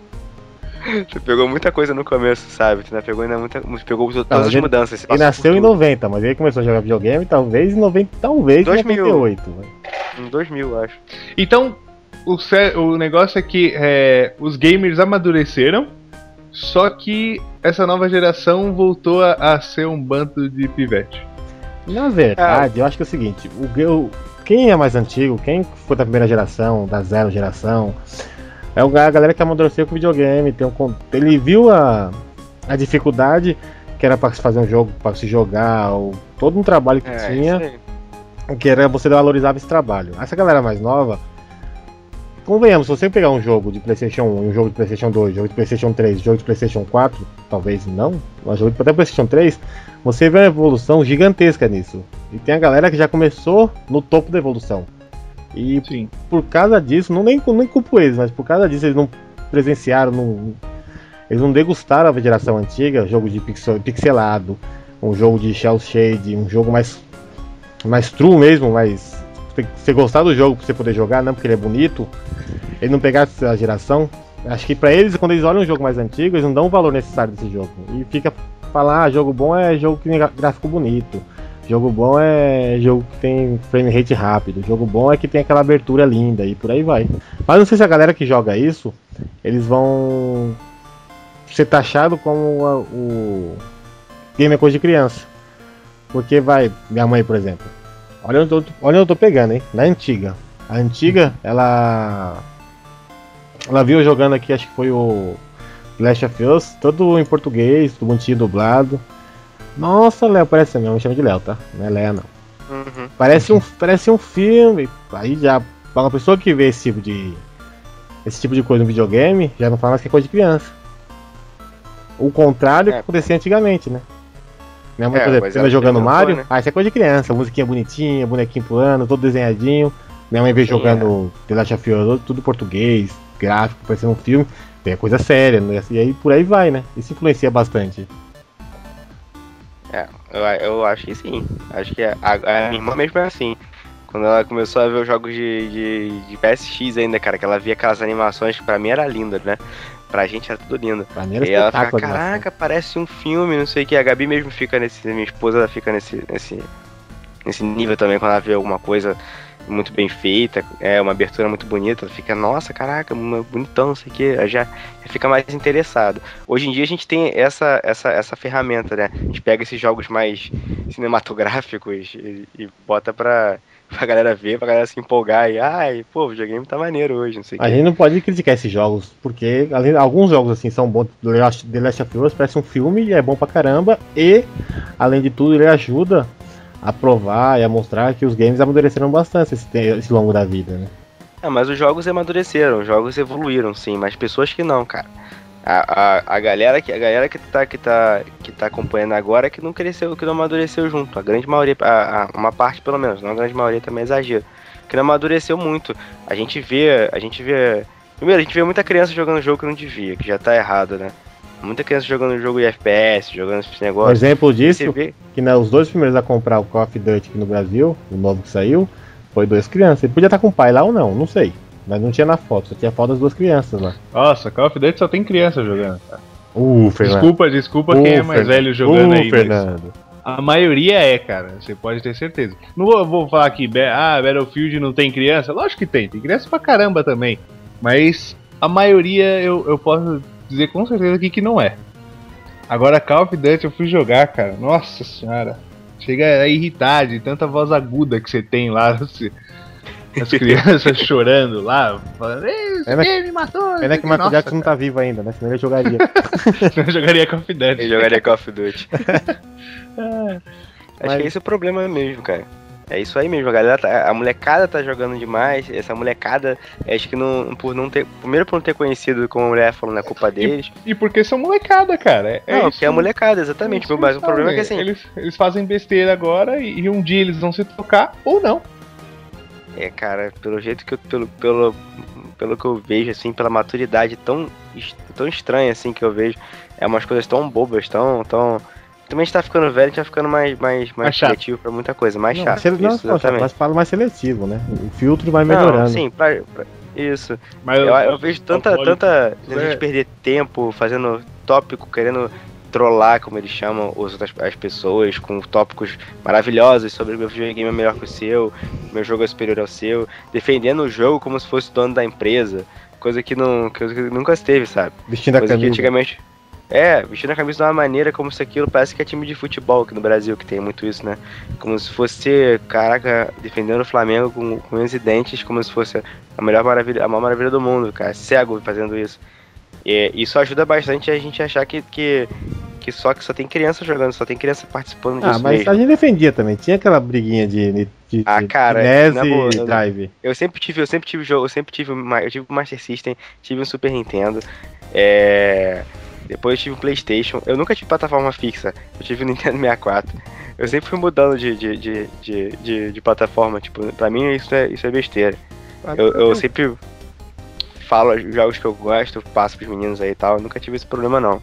Tu pegou muita coisa no começo, sabe? Tu ainda pegou ainda muita. Pegou todas Não, as ele- mudanças. você Ele passou nasceu por em tudo. noventa, mas ele começou a jogar videogame talvez em noventa, talvez em dois mil. noventa e oito. velho. Em dois mil, eu acho. Então, o, sé- o negócio é que é, os gamers amadureceram, só que essa nova geração voltou a, a ser um bando de pivete. Na verdade, eu acho que é o seguinte, o, o- quem é mais antigo, quem foi da primeira geração, da zero geração, é o- a galera que amadureceu com o videogame, tem um, con- ele viu a, a dificuldade que era para se fazer um jogo, para se jogar, o, todo um trabalho que É, tinha, isso aí. que era você valorizava esse trabalho. Essa galera mais nova, convenhamos, se você pegar um jogo de PlayStation um, um jogo de PlayStation dois, um jogo de PlayStation três, um jogo de PlayStation quatro, talvez não, mas um jogo de até PlayStation três, você vê uma evolução gigantesca nisso. E tem a galera que já começou no topo da evolução. E Sim. por causa disso, não nem, nem culpo eles, mas por causa disso eles não presenciaram, não, eles não degustaram a geração antiga, jogo de pixel, pixelado, um jogo de shell shade, um jogo mais, mais true mesmo, mais tem que você gostar do jogo pra você poder jogar, não porque ele é bonito. Ele não pegar a geração. Acho que pra eles, quando eles olham um jogo mais antigo, eles não dão o valor necessário desse jogo. E fica falar, ah, jogo bom é jogo que tem gráfico bonito. Jogo bom é jogo que tem frame rate rápido. Jogo bom é que tem aquela abertura linda e por aí vai. Mas não sei se a galera que joga isso, eles vão ser taxado como a- o game é coisa de criança. Porque vai, minha mãe, por exemplo. Olha onde eu tô, olha onde eu tô pegando, hein? Na antiga. A antiga, ela. Ela viu eu jogando aqui, acho que foi o Last of Us, todo em português, tudo bonitinho dublado. Nossa, Léo, parece mesmo, me chama de Léo, tá? Não é Léa, não. Uhum. Parece um, parece um filme. Aí já, pra uma pessoa que vê esse tipo de. Esse tipo de coisa no videogame, já não fala mais que é coisa de criança. O contrário É. que acontecia antigamente, né? Minha mãe, É, por exemplo, mas você ela vai jogando experimentou, Mario, né? ah, isso é coisa de criança, musiquinha bonitinha, bonequinho pulando, todo desenhadinho. Minha mãe vê Sim, jogando The Last of Us, tudo português, gráfico, parecendo um filme. É coisa séria, né? E aí por aí vai, né? Isso influencia bastante. É, eu, eu acho que sim. Acho que a, a, a minha irmã mesmo é assim. Quando ela começou a ver os jogos de, de, de P S X ainda, cara, que ela via aquelas animações que pra mim era linda, né? Pra gente era tudo lindo. Pra mim era E ela fica, espetáculo. a animação. caraca, parece um filme, não sei o que. A Gabi mesmo fica nesse. Minha esposa ela fica nesse, nesse, nesse nível também quando ela vê alguma coisa muito bem feita, é uma abertura muito bonita, ela fica, nossa, caraca, bonitão, não sei o que, já, já fica mais interessado. Hoje em dia a gente tem essa, essa, essa ferramenta, né? A gente pega esses jogos mais cinematográficos e, e bota pra, pra galera ver, pra galera se empolgar e, ai, pô, o videogame tá maneiro hoje, não sei o A que. gente não pode criticar esses jogos, porque além, alguns jogos assim são bons. The Last, The Last of Us parece um filme e é bom pra caramba. E, além de tudo, ele ajuda a provar e a mostrar que os games amadureceram bastante esse, esse longo da vida, né? Ah, mas os jogos amadureceram, os jogos evoluíram, sim, mas pessoas que não, cara. A, a, a galera, que, a galera que, tá, que, tá, que tá acompanhando agora é que não cresceu, que não amadureceu junto. A grande maioria, a, a, uma parte pelo menos, não a grande maioria também é exagero. Que não amadureceu muito. A gente vê, a gente vê... Primeiro, a gente vê muita criança jogando jogo que não devia, que já tá errado, né? Muita criança jogando jogo de F P S, jogando esse Um negócio. exemplo disso, Você vê... que né, os dois primeiros a comprar o Call of Duty aqui no Brasil, o novo que saiu, foi duas crianças. Ele podia estar com o pai lá ou não, não sei. Mas não tinha na foto, só tinha foto das duas crianças lá. Nossa, Call of Duty só tem criança jogando. Cara. Uh, Fernando. Desculpa, desculpa Uh, quem é mais Fernando. velho jogando uh, aí, mas Fernando. a maioria é, cara, você pode ter certeza. Não vou, vou falar aqui, ah, Battlefield não tem criança. Lógico que tem, tem criança pra caramba também. Mas a maioria eu, eu posso dizer com certeza aqui que não é. Agora Call of Duty eu fui jogar, cara. Nossa senhora. Chega a irritar de tanta voz aguda que você tem lá. Você, as crianças chorando lá, falando, esse Pena- game me matou. Pena que o Michael Nossa, Jackson não tá vivo ainda, né? Senão ele jogaria. eu jogaria Call of Duty. Ele jogaria Call of Duty. Acho Mas- que esse é o problema mesmo, cara. É isso aí mesmo, a galera tá, a molecada tá jogando demais, essa molecada, acho que não, por não ter, primeiro por não ter conhecido, como a mulher falou, na culpa deles. E porque são molecada, cara. É, é Não, isso. porque é a molecada, exatamente, Isso mas eles o problema é que fazem. assim, Eles, eles fazem besteira agora e, e um dia eles vão se tocar ou não. é, cara, pelo jeito que eu, pelo, pelo, pelo que eu vejo, assim, pela maturidade tão, es- tão estranha, assim, que eu vejo, é umas coisas tão bobas, tão, tão... Também a gente tá ficando velho, a gente tá ficando mais, mais, mais Mais chato. seletivo pra muita coisa, mais Não, chato, sele- não, isso, não, exatamente. mas fala mais seletivo, né? O filtro vai Não, melhorando. sim, pra, pra- isso. Mas Eu, eu vejo tanta, alcoólico, tanta é. gente perder tempo fazendo tópico, querendo trollar, como eles chamam os outras, as pessoas, com tópicos maravilhosos sobre o meu videogame é melhor que o seu, meu jogo é superior ao seu, defendendo o jogo como se fosse dono da empresa, coisa que, não, coisa que nunca esteve, sabe? Vestindo a Coisa que camisa. antigamente... É, vestindo a camisa de uma maneira como se aquilo parece que é time de futebol aqui no Brasil, que tem muito isso, né? Como se fosse, caraca, defendendo o Flamengo com, com unhas e dentes, como se fosse a melhor maravilha, a maior maravilha do mundo, cara. Cego fazendo isso. E isso ajuda bastante a gente achar que, que, que, só, que só tem criança jogando, só tem criança participando disso Ah, mas mesmo. a gente defendia também. Tinha aquela briguinha de, de, de, Ah, de cara, N E S na boa, e eu- Drive. Eu sempre tive, eu sempre tive jogo, eu sempre tive, uma- eu tive um Master System, tive um Super Nintendo, é... depois eu tive um PlayStation. Eu nunca tive plataforma fixa, eu tive o Nintendo sessenta e quatro. Eu sempre fui mudando de, de, de, de, de, de plataforma, tipo, pra mim isso é, isso é besteira. Eu, eu sempre falo os jogos que eu gosto, passo pros meninos aí e tal, eu nunca tive esse problema não.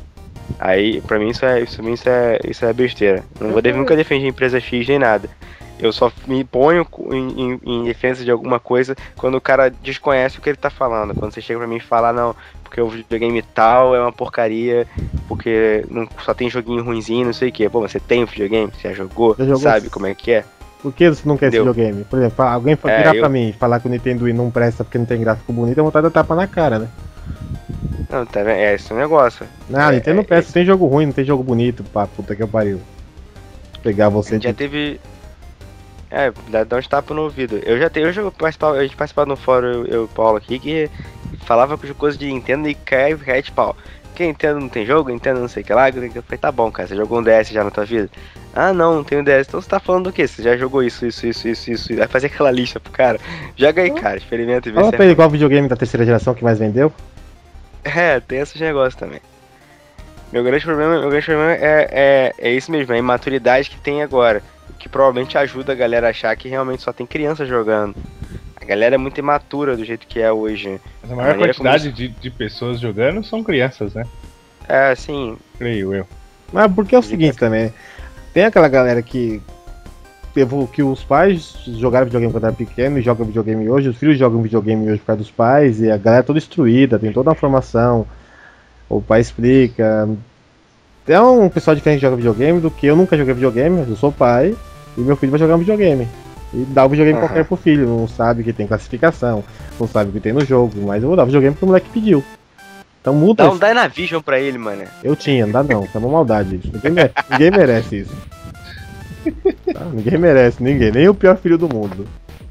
Aí, pra mim isso é, isso, pra mim, isso é, isso é besteira. Não vou, nunca defender empresa X nem nada. Eu só me ponho em, em, em defesa de alguma coisa quando o cara desconhece o que ele tá falando. Quando você chega pra mim e fala, não, porque o videogame tal é uma porcaria, porque não, só tem joguinho ruinzinho, não sei o que. Pô, mas você tem um videogame? Você já jogou? Já jogou? Sabe como é que é? Por que você não quer esse Entendeu? videogame? Por exemplo, alguém fa- É, virar eu- pra mim e falar que o Nintendo Wii não presta porque não tem gráfico bonito, é vontade de dar tapa na cara, né? Não, tá vendo? É esse é o negócio. Não, é, Nintendo é, P S tem jogo ruim, não tem jogo bonito, pá, puta que pariu. Pegar você. Já de... teve. É, dá, dá uns tapas no ouvido. Eu já tenho, eu já participava, a gente participava no fórum, eu e o Paulo aqui, que falava com coisas de Nintendo e cai, cai de pau. Que Nintendo não tem jogo, Nintendo não sei o que lá. Eu falei, tá bom, cara, você jogou um D S já na tua vida? Ah, não, não tenho D S. Então você tá falando do quê? Você já jogou isso, isso, isso, isso, isso. Vai fazer aquela lista pro cara. Joga aí, cara, experimenta e vê Fala se pra ele qual videogame da terceira geração que mais vendeu. É, tem esses negócios também. Meu grande problema, meu grande problema é, é, é isso mesmo, é a imaturidade que tem agora. Que provavelmente ajuda a galera a achar que realmente só tem criança jogando. A galera é muito imatura do jeito que é hoje. Mas a maior A maneira quantidade como- de, de pessoas jogando são crianças, né? É, assim, Creio eu. Mas porque é o seguinte também, tem aquela galera que evo- que os pais jogaram videogame quando era pequeno e jogam videogame hoje, os filhos jogam videogame hoje por causa dos pais, e a galera é toda instruída, tem toda uma formação, o pai explica. É um pessoal diferente que joga videogame do que eu nunca joguei videogame, eu sou pai, e meu filho vai jogar um videogame. E dá o videogame Aham. qualquer pro filho, não sabe que tem classificação, não sabe o que tem no jogo, mas eu vou dar o videogame porque o moleque pediu. Então muda. dá um Dynavision pra ele, mano. Eu tinha, não dá não, isso é uma maldade isso. Ninguém, mere- ninguém merece isso. Tá? Ninguém merece, ninguém, nem o pior filho do mundo.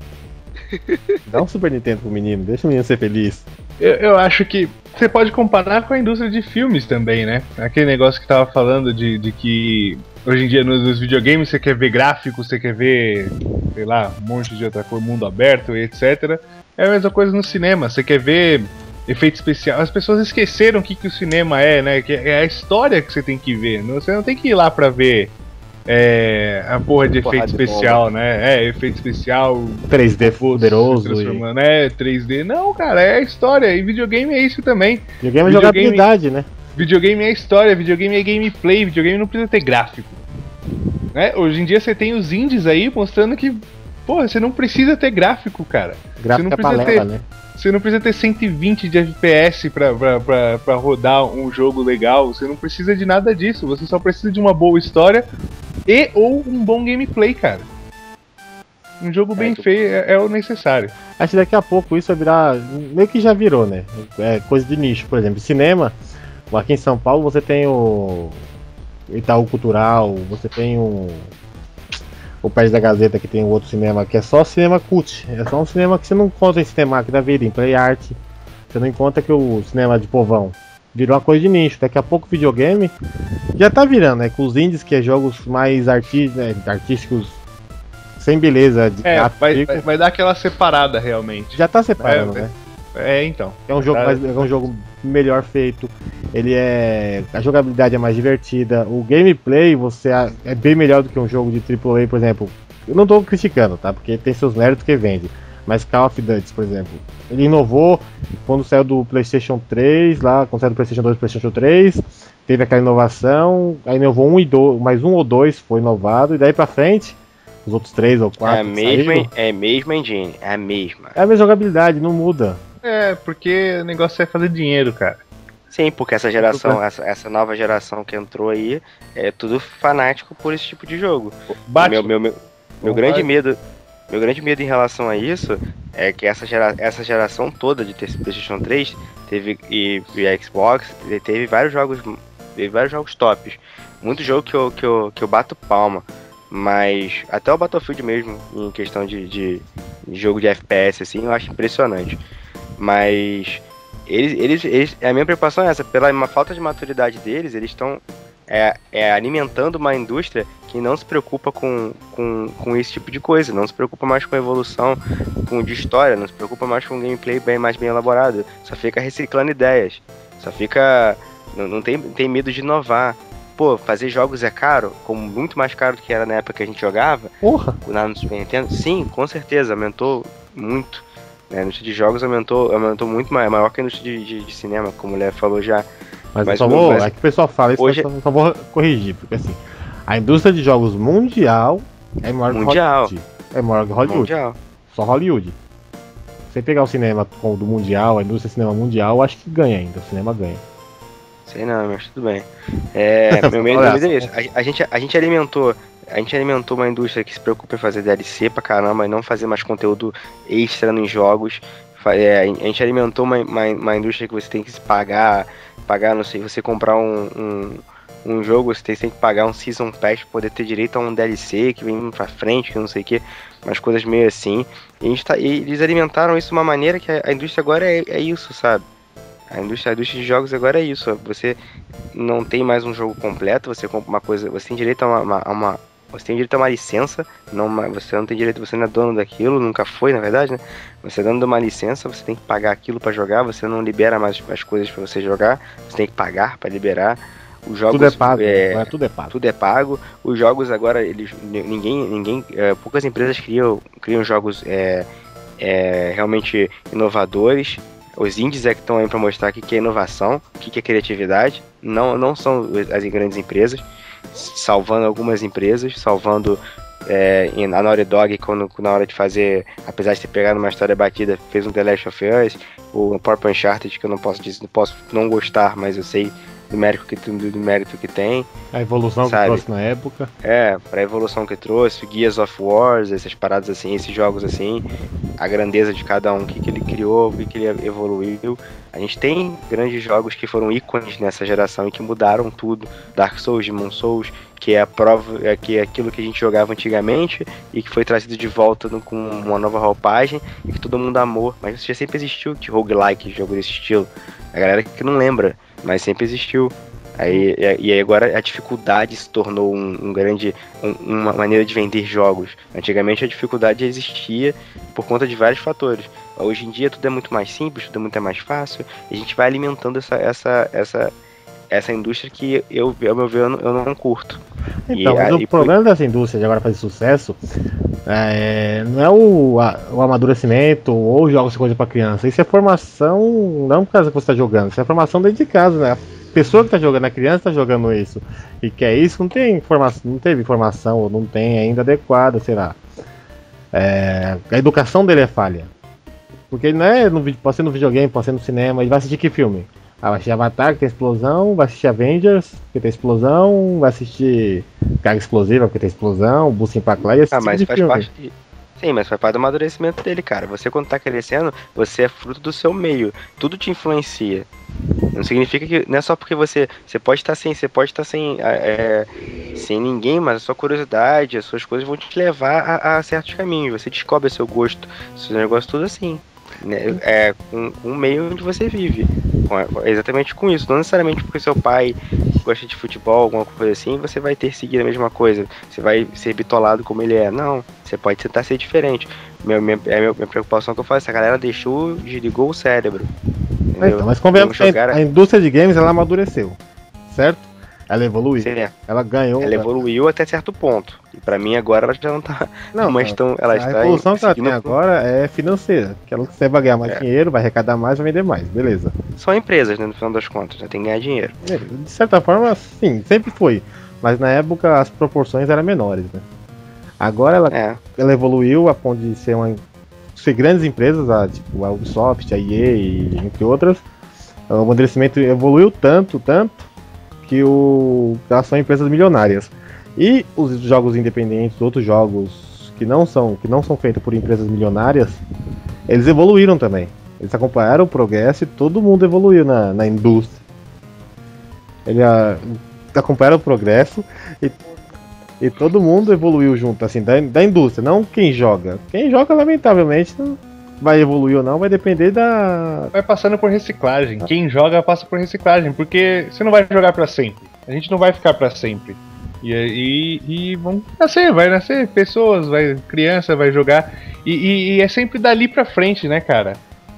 Dá um Super Nintendo pro menino, deixa o menino ser feliz. Eu, eu acho que você pode comparar com a indústria de filmes também, né? Aquele negócio que tava falando de, de que hoje em dia nos, nos videogames você quer ver gráficos, você quer ver, sei lá, um monte de outra coisa, mundo aberto e etcétera. É a mesma coisa no cinema, você quer ver efeito especial. As pessoas esqueceram o que, que o cinema é, né? Que é a história que você tem que ver. Não- Você não tem que ir lá pra ver é, a porra de Porrada efeito de especial, né? É, efeito especial, três D robôs poderoso se e. transformando, é três D. Não, cara, é a história. E videogame é isso também. Videogame é videogame- jogabilidade, né? Videogame é história, videogame é gameplay, videogame não precisa ter gráfico. Né? Hoje em dia você tem os indies aí mostrando que, porra, você não precisa ter gráfico, cara. Gráfico não é precisa palela, ter- né? Você não precisa ter cento e vinte de F P S pra, pra, pra, pra rodar um jogo legal. Você não precisa de nada disso. Você só precisa de uma boa história e ou um bom gameplay, cara. Um jogo bem tu- feio é, é o necessário. Acho que daqui a pouco isso vai virar. Meio que já virou, né? É coisa de nicho, por exemplo. Cinema, aqui em São Paulo você tem o Itaú Cultural, você tem o. O Pés da Gazeta, que tem um outro cinema que é só cinema cult. É só um cinema que você não encontra em cinema aqui da vida, em Play Art. Você não encontra que o cinema de povão virou uma coisa de nicho. Daqui a pouco o videogame já tá virando, né? Com os indies, que é jogos mais arti né, artísticos, sem beleza de É, gráfico, vai, vai, vai dar aquela separada realmente. já tá separando, É, né? É, então. É um jogo Tá. mais, é um jogo melhor feito. Ele é a jogabilidade é mais divertida. O gameplay você a- é bem melhor do que um jogo de triplo A, por exemplo. Eu não tô criticando, tá? Porque tem seus méritos que vende. Mas Call of Duty, por exemplo, ele inovou quando saiu do PlayStation três, lá quando saiu do PlayStation dois e PlayStation três, teve aquela inovação. Aí inovou um e dois, mais um ou dois foi inovado e daí pra frente os outros três ou É quatro a que mesma, saíram, é a mesma engine, é a mesma. é a mesma jogabilidade, não muda. É, porque o negócio é fazer dinheiro, cara. Sim, porque essa geração, essa, essa nova geração que entrou aí, é tudo fanático por esse tipo de jogo. Bate. Meu, meu, meu, meu Bom, grande vai. medo, meu grande medo em relação a isso é que essa, gera, essa geração toda de ter- PlayStation três teve e, e Xbox ele teve vários jogos, teve vários jogos tops. Muito jogo que eu, que eu, que eu bato palma. Mas até o Battlefield mesmo, em questão de, de, de jogo de F P S, assim, eu acho impressionante. Mas eles, eles, eles, a minha preocupação é essa, pela uma falta de maturidade deles, eles estão é, é, alimentando uma indústria que não se preocupa com, com, com esse tipo de coisa, não se preocupa mais com evolução com, de história, não se preocupa mais com um gameplay bem, mais bem elaborado, só fica reciclando ideias, só fica. Não, não tem, tem medo de inovar. Pô, fazer jogos é caro, como muito mais caro do que era na época que a gente jogava, Porra! lá no Super Nintendo. Sim, com certeza, aumentou muito. Né? A indústria de jogos aumentou, aumentou muito mais, maior que a indústria de, de, de cinema, como o Léo falou já. Mas, Mas eu só o- vou, mas- é que o pessoal fala isso, hoje- eu só, só vou corrigir, porque assim, a indústria de jogos mundial é maior que Mundial. Hollywood. É maior que Hollywood. Mundial. Só Hollywood. Se você pegar o cinema com o do mundial, a indústria de cinema mundial, eu acho que ganha ainda, o cinema ganha. Sei não, mas tudo bem. É, meu medo, meu medo é isso. A, a gente, a gente alimentou. A gente alimentou uma indústria que se preocupa em fazer D L C pra caramba e não fazer mais conteúdo extra nos jogos. é, a gente alimentou uma, uma, uma indústria que você tem que se pagar, pagar, não sei, você comprar um, um, um jogo, você tem, tem que pagar um Season Pass pra poder ter direito a um D L C que vem pra frente, que não sei o que, umas coisas meio assim. E, a gente tá, e eles alimentaram isso de uma maneira que a, a indústria agora é, é isso, sabe? A indústria, a indústria de jogos agora é isso. Você não tem mais um jogo completo, você compra uma coisa, você tem direito a uma, uma, a uma você tem direito a uma licença, não uma, você não tem direito, você não é dono daquilo, nunca foi, na verdade, né? Você é dono de uma licença, você tem que pagar aquilo pra jogar, você não libera mais as coisas pra você jogar, você tem que pagar pra liberar. Os jogos, Tudo é pago, é, né? Tudo é pago. Tudo é pago. Os jogos agora, eles, ninguém, ninguém, é, poucas empresas criam, criam jogos é, é, realmente inovadores. Os indies é que estão aí para mostrar o que é inovação, o que é criatividade. Não, não são as grandes empresas, salvando algumas empresas, salvando é, a Naughty Dog, quando, na hora de fazer, apesar de ter pegado uma história batida, fez um The Last of Us, o próprio Uncharted, que eu não posso dizer, não posso não gostar, mas eu sei do mérito que, do, do mérito que tem. A evolução sabe? que trouxe na época. É, pra evolução que trouxe, Gears of War, essas paradas assim, esses jogos assim, a grandeza de cada um, o que, que ele criou, o que, que ele evoluiu. A gente tem grandes jogos que foram ícones nessa geração e que mudaram tudo. Dark Souls, Demon Souls, que é a prova, é, que é aquilo que a gente jogava antigamente e que foi trazido de volta no, com uma nova roupagem e que todo mundo amou. Mas isso já sempre existiu, de roguelike, jogo desse estilo. A galera que não lembra, mas sempre existiu. Aí, e aí agora a dificuldade se tornou um, um grande, um, uma maneira de vender jogos. Antigamente a dificuldade existia por conta de vários fatores. Hoje em dia tudo é muito mais simples, tudo é muito mais fácil. E a gente vai alimentando essa, essa, essa, essa indústria que eu, ao meu ver, eu não, eu não curto. Então, e, mas aí, o problema dessa indústria de agora fazer sucesso é, não é o, a, o amadurecimento ou jogos coisa pra criança. Isso é formação, não por causa que você está jogando, isso é formação dentro de casa, né? A pessoa que tá jogando, a criança tá jogando isso e quer isso, não tem informação, não teve informação ou não tem ainda adequada, sei lá. É, a educação dele é falha. Porque ele não é no, pode ser no videogame, pode ser no cinema, ele vai assistir que filme? Ah, vai assistir Avatar, que tem explosão, vai assistir Avengers, que tem explosão, vai assistir Carga Explosiva, porque tem explosão, Busca Impaclar e assistir ah, mas de faz filme. parte de... Sim, mas faz parte do amadurecimento dele, cara. Você quando tá crescendo, você é fruto do seu meio. Tudo te influencia. Não significa que. Não é só porque você. Você pode estar sem. Você pode estar sem. É, sem ninguém, mas a sua curiosidade, as suas coisas vão te levar a, a certos caminhos. Você descobre o seu gosto. Seu negócio tudo assim. Né? É com, com o meio onde você vive. Com, exatamente com isso. Não necessariamente porque seu pai gosta de futebol, alguma coisa assim, você vai ter seguido a mesma coisa. Você vai ser bitolado como ele é. Não. Você pode tentar ser diferente. Meu, minha, é a minha, minha preocupação que eu faço. Essa galera deixou, desligou o cérebro. É, então, mas convenhamos que a, a indústria de games ela amadureceu, certo? Ela evoluiu. Sim, é. Ela ganhou. Ela evoluiu até certo ponto. E pra mim agora ela já não tá. Não, mas tão, ela a está evolução que ela tem seguindo- agora é financeira. Que ela, você vai ganhar mais É. dinheiro, vai arrecadar mais, vai vender mais, beleza. São empresas, né, no final das contas, já tem que ganhar dinheiro. É, de certa forma, sim, sempre foi. Mas na época as proporções eram menores, né? Agora ela, É. ela evoluiu a ponto de ser uma ser grandes empresas, a, tipo a Ubisoft, a E A e entre outras. O amadurecimento evoluiu tanto, tanto que o, elas são empresas milionárias. E os jogos independentes, outros jogos que não são que não são feitos por empresas milionárias, eles evoluíram também. Eles acompanharam o progresso e todo mundo evoluiu na, na indústria. Eles ah, acompanharam o progresso e, e todo mundo evoluiu junto, assim, da, da indústria, não quem joga. Quem joga, lamentavelmente, não vai evoluir ou não, vai depender da... Vai passando por reciclagem. Quem joga passa por reciclagem, porque você não vai jogar pra sempre. A gente não vai ficar pra sempre. E, e, e vão nascer, vai nascer pessoas, vai, criança vai jogar. E, e, e é sempre dali pra frente, né, cara?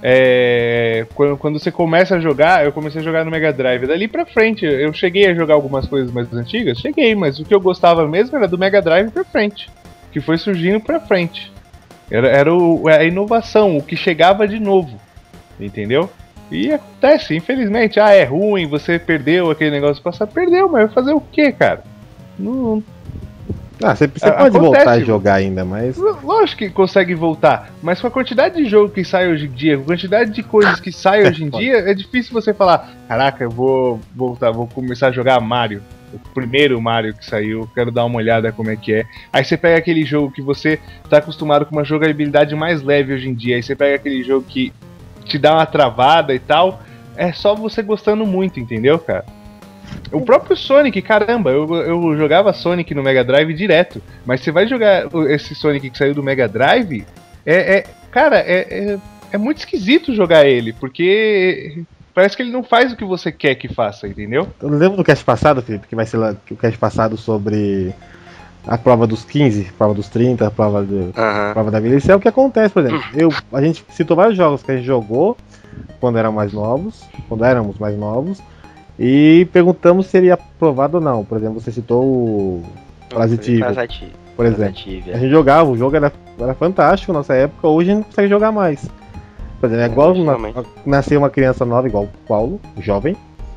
É, quando, quando você começa a jogar, eu comecei a jogar no Mega Drive. Dali pra frente, eu cheguei a jogar algumas coisas mais antigas, cheguei, mas o que eu gostava mesmo era do Mega Drive pra frente, que foi surgindo pra frente. Era, era o, a inovação, o que chegava de novo, entendeu? E acontece, infelizmente. Ah, é ruim, você perdeu aquele negócio passado. Perdeu, mas vai fazer o que, cara? Não, Ah, você, você A- pode acontece, voltar a mano. jogar ainda, mas... lógico que consegue voltar, mas com a quantidade de jogo que sai hoje em dia, com a quantidade de coisas que sai hoje em dia, é difícil você falar, caraca, eu vou voltar, vou começar a jogar Mario. O primeiro Mario que saiu, quero dar uma olhada como é que é. Aí você pega aquele jogo que você tá acostumado com uma jogabilidade mais leve hoje em dia, aí você pega aquele jogo que te dá uma travada e tal. É só você gostando muito, entendeu, cara? O próprio Sonic, caramba, eu, eu jogava Sonic no Mega Drive direto. Mas você vai jogar esse Sonic que saiu do Mega Drive, é, é cara, é, é, é muito esquisito jogar ele, porque parece que ele não faz o que você quer que faça, entendeu? Eu lembro do cast passado, Felipe, que vai ser lá, o cast passado sobre a prova dos quinze, a prova dos trinta, a prova, do, Uhum. a prova da velhice. É o que acontece, por exemplo. Eu, a gente citou vários jogos que a gente jogou quando eram mais novos, quando éramos mais novos, e perguntamos se seria aprovado ou não. Por exemplo, você citou o Parasite Eve, Parasite- por exemplo. Parasite Eve, A é. gente jogava, o jogo era, era fantástico na nossa época, hoje a gente não consegue jogar mais. Por exemplo, é É, igual na, realmente. nascer uma criança nova, igual o Paulo, jovem.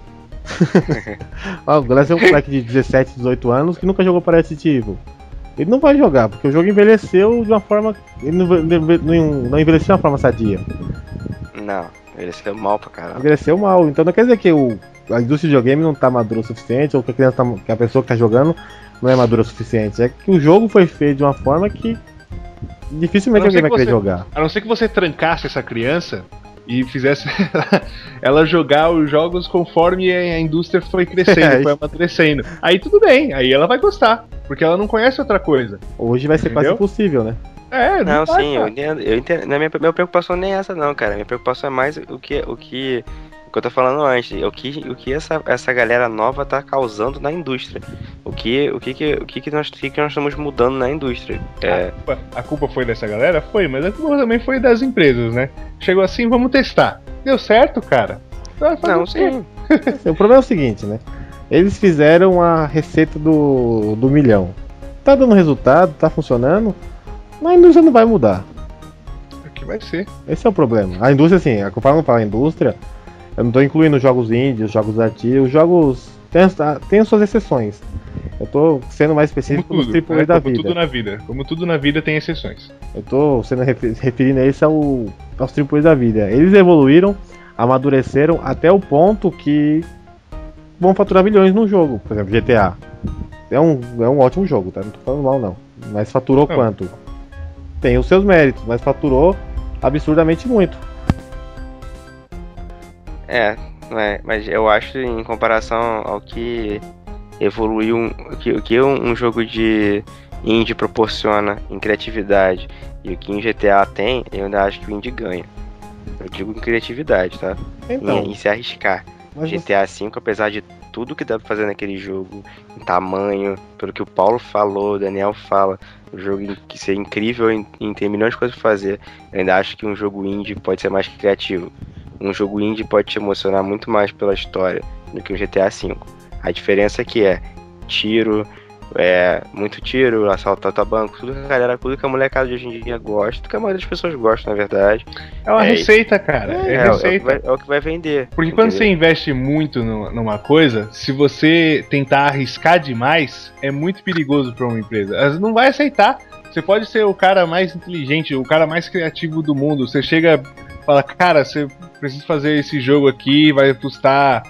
Agora nasceu um moleque de dezessete, dezoito anos que nunca jogou Parasite Eve. Ele não vai jogar, porque o jogo envelheceu de uma forma. Ele não, não, não envelheceu de uma forma sadia. Não, ele se deu mal pra caramba. Envelheceu mal. Então não quer dizer que o, a indústria de videogame não tá madura o suficiente, ou que a, criança tá, que a pessoa que tá jogando não é madura o suficiente. É que o jogo foi feito de uma forma que dificilmente A não ser alguém vai que querer você- jogar. A não ser que você trancasse essa criança e fizesse ela jogar os jogos conforme a indústria foi crescendo, É, foi isso. amadurecendo. Aí tudo bem, aí ela vai gostar, porque ela não conhece outra coisa. Hoje vai ser Entendeu? quase impossível, né? É, Não, vai, sim, eu cara. entendo. Eu entendo. Na minha, minha preocupação nem é essa não, cara. Minha preocupação é mais o que o que, o que eu tô falando antes. O que, o que essa, essa galera nova tá causando na indústria. O que, o que, que, o que, que, nós, o que, que nós estamos mudando na indústria. É, A culpa- A culpa foi dessa galera? Foi, mas a culpa também foi das empresas, né? Chegou assim, vamos testar. Deu certo, cara? Vai fazer não, o quê? sim. Assim, o problema é o seguinte, né? Eles fizeram a receita do, do milhão. Tá dando resultado, tá funcionando, mas a indústria não vai mudar. O que vai ser? Esse é o problema. A indústria, assim, comparando para a indústria, eu não tô incluindo os jogos indies, os jogos artistas, os jogos tem, as- tem as suas exceções. Eu tô sendo mais Como específico nos tudo, triplo A né? da Como vida. tudo na vida. Como tudo na vida tem exceções. Eu tô sendo refer- referindo a isso ao, aos triplo A da vida. Eles evoluíram, amadureceram até o ponto que vão faturar milhões num jogo. Por exemplo, G T A. É um, é um ótimo jogo, tá? Não tô falando mal, não. Mas faturou Não. quanto? Tem os seus méritos, mas faturou absurdamente muito. É, não é, mas eu acho em comparação ao que evoluiu, um- o que, o que um, um jogo de indie proporciona em criatividade e o que em G T A tem, eu ainda acho que o indie ganha. Eu digo em criatividade, tá? Então, Em, em se arriscar. mas você- G T A V, apesar de tudo que dá pra fazer naquele jogo, em tamanho, pelo que o Paulo falou, o Daniel fala, o jogo em- que ser incrível em, em ter milhões de coisas pra fazer, eu ainda acho que um jogo indie pode ser mais criativo. Um jogo indie pode te emocionar muito mais pela história do que um G T A V. A diferença é que é tiro, é muito tiro, assaltar banco, tudo que a galera, tudo que a molecada de hoje em dia gosta, tudo que a maioria das pessoas gosta, na verdade. É uma É, receita, cara. É, É, é o que receita. vai, é o que vai vender. Porque quando você entendeu? investe muito numa, numa coisa, se você tentar arriscar demais, é muito perigoso para uma empresa. Ela não vai aceitar. Você pode ser o cara mais inteligente, o cara mais criativo do mundo. Você chega e fala, cara, você precisa fazer esse jogo aqui, vai custar,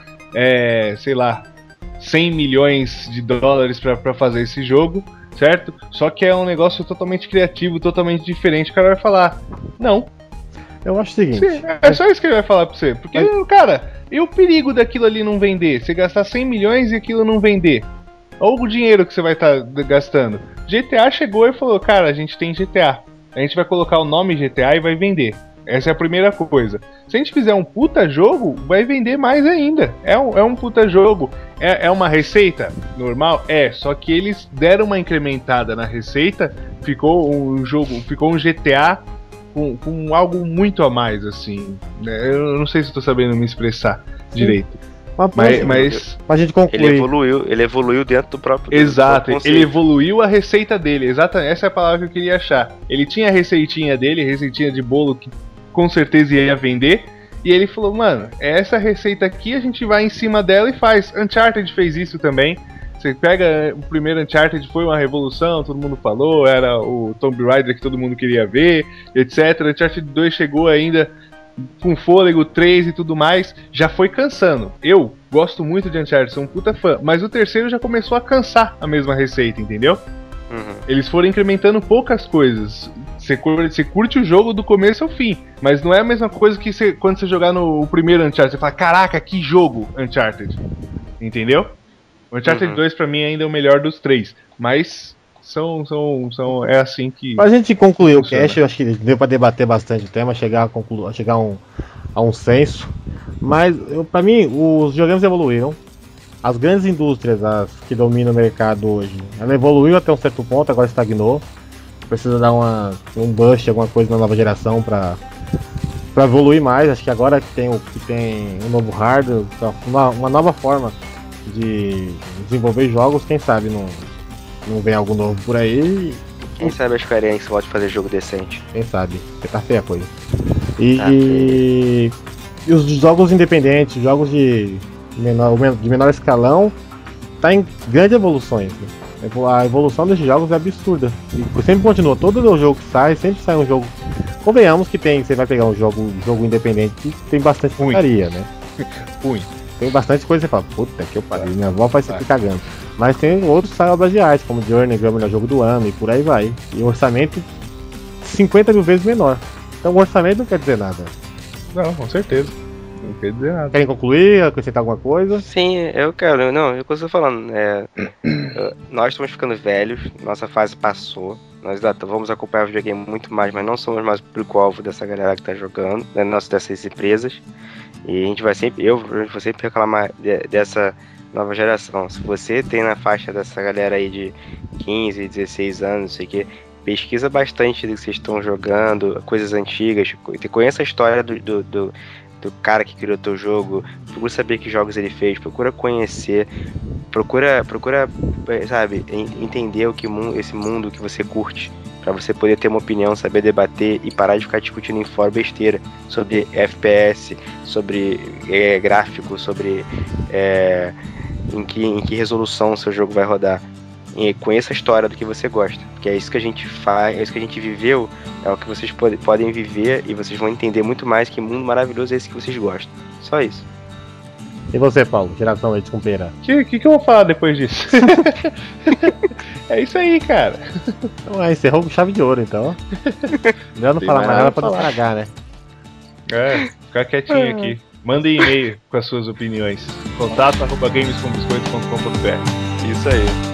é, sei lá, cem milhões de dólares para fazer esse jogo, certo? Só que é um negócio totalmente criativo, totalmente diferente. O cara vai falar, não, eu acho o seguinte. Sim, é só isso que ele vai falar pra você. Porque, cara, e o perigo daquilo ali não vender? Você gastar cem milhões e aquilo não vender? Ou o dinheiro que você vai estar gastando? G T A chegou e falou, cara, a gente tem G T A. A gente vai colocar o nome G T A e vai vender. Essa é a primeira coisa. Se a gente fizer um puta jogo, vai vender mais ainda. É um, é um puta jogo. É, é uma receita normal? É, só que eles deram uma incrementada na receita. Ficou um jogo, ficou um G T A com, com algo muito a mais, assim. né? Eu não sei se eu tô sabendo me expressar direito. Mas, Mas, mas pra gente Ele concluir. evoluiu, ele evoluiu dentro do próprio do exato, próprio ele conceito. evoluiu a receita dele. Exatamente, essa é a palavra que eu queria achar. Ele tinha a receitinha dele, receitinha de bolo que com certeza ia vender. E ele falou, mano, essa receita aqui a gente vai em cima dela e faz. Uncharted fez isso também. Você pega o primeiro Uncharted, foi uma revolução, todo mundo falou, era o Tomb Raider que todo mundo queria ver, etcétera. Uncharted dois chegou ainda com fôlego, três e tudo mais, já foi cansando. Eu gosto muito de Uncharted, sou um puta fã, mas o terceiro já começou a cansar a mesma receita, entendeu? Uhum. Eles foram incrementando poucas coisas. Você curte, você curte o jogo do começo ao fim, mas não é a mesma coisa que você, quando você jogar no o primeiro Uncharted, você fala, caraca, que jogo Uncharted. Entendeu? O Uncharted Uhum. dois pra mim ainda é o melhor dos três, mas são, são, são, é assim que... Pra gente concluir o funciona. cast, eu acho que deu pra debater bastante o tema, chegar a, conclu... a chegar a um, a um senso. Mas, eu, pra mim, os videogames evoluíram. As grandes indústrias, as que dominam o mercado hoje, ela evoluiu até um certo ponto, agora estagnou. Precisa dar uma, um boost, alguma coisa na nova geração pra, pra evoluir mais. Acho que agora que tem, o, que tem um novo hardware, uma, uma nova forma de desenvolver jogos, quem sabe não, não vem algo novo por aí. Quem sabe a Square Enix pode fazer jogo decente. Quem sabe, porque tá feia a coisa. E, Tá e os jogos independentes, jogos de menor, de menor escalão, tá em grandes evoluções. Né? A evolução desses jogos é absurda. E sempre continua, todo jogo que sai, sempre sai um jogo. Convenhamos que tem, você vai pegar um jogo, um jogo independente que tem bastante Ruim. porcaria, né? Ruim. Tem bastante coisa que você fala, puta que eu pariu, minha avó faz isso aqui cagando. Mas tem outros que saem obras de arte, como Journey, que é o melhor jogo do ano, e por aí vai. E o orçamento cinquenta mil vezes menor. Então o orçamento não quer dizer nada. Não, com certeza. Não quer dizer nada. Querem concluir, acrescentar alguma coisa? Sim, eu quero. Não, é o que eu estou falando. É, eu- nós estamos ficando velhos, nossa fase passou. Nós ainda vamos acompanhar o videogame muito mais, mas não somos mais o público-alvo dessa galera que tá jogando, né, nossa, dessas empresas. E a gente vai sempre, eu vou sempre reclamar de- dessa nova geração. Se você tem na faixa dessa galera aí de quinze, dezesseis anos, não sei o que, pesquisa bastante do que vocês estão jogando, coisas antigas, conheça a história do, do, do, do cara que criou o teu jogo, procura saber que jogos ele fez, procura conhecer, procura, procura sabe, en- entender o que mu- esse mundo que você curte, pra você poder ter uma opinião, saber debater e parar de ficar discutindo em fora besteira sobre F P S, sobre é, gráfico, sobre é, em, que, em que resolução o seu jogo vai rodar. E conheça a história do que você gosta, porque é isso que a gente faz, é isso que a gente viveu, é o que vocês pode, podem viver e vocês vão entender muito mais que mundo maravilhoso é esse que vocês gostam. Só isso. E você, Paulo, geração aí de compeira? O que, que, que eu vou falar depois disso? É isso aí, cara. Então é, encerrou com chave de ouro, então. Melhor não Tem falar mais mais nada nada pra pra não falar. estragar, né? É, ficar quietinho aqui. Mandem e-mail com as suas opiniões. Contato arroba games com biscoitos ponto com ponto b r. Isso aí.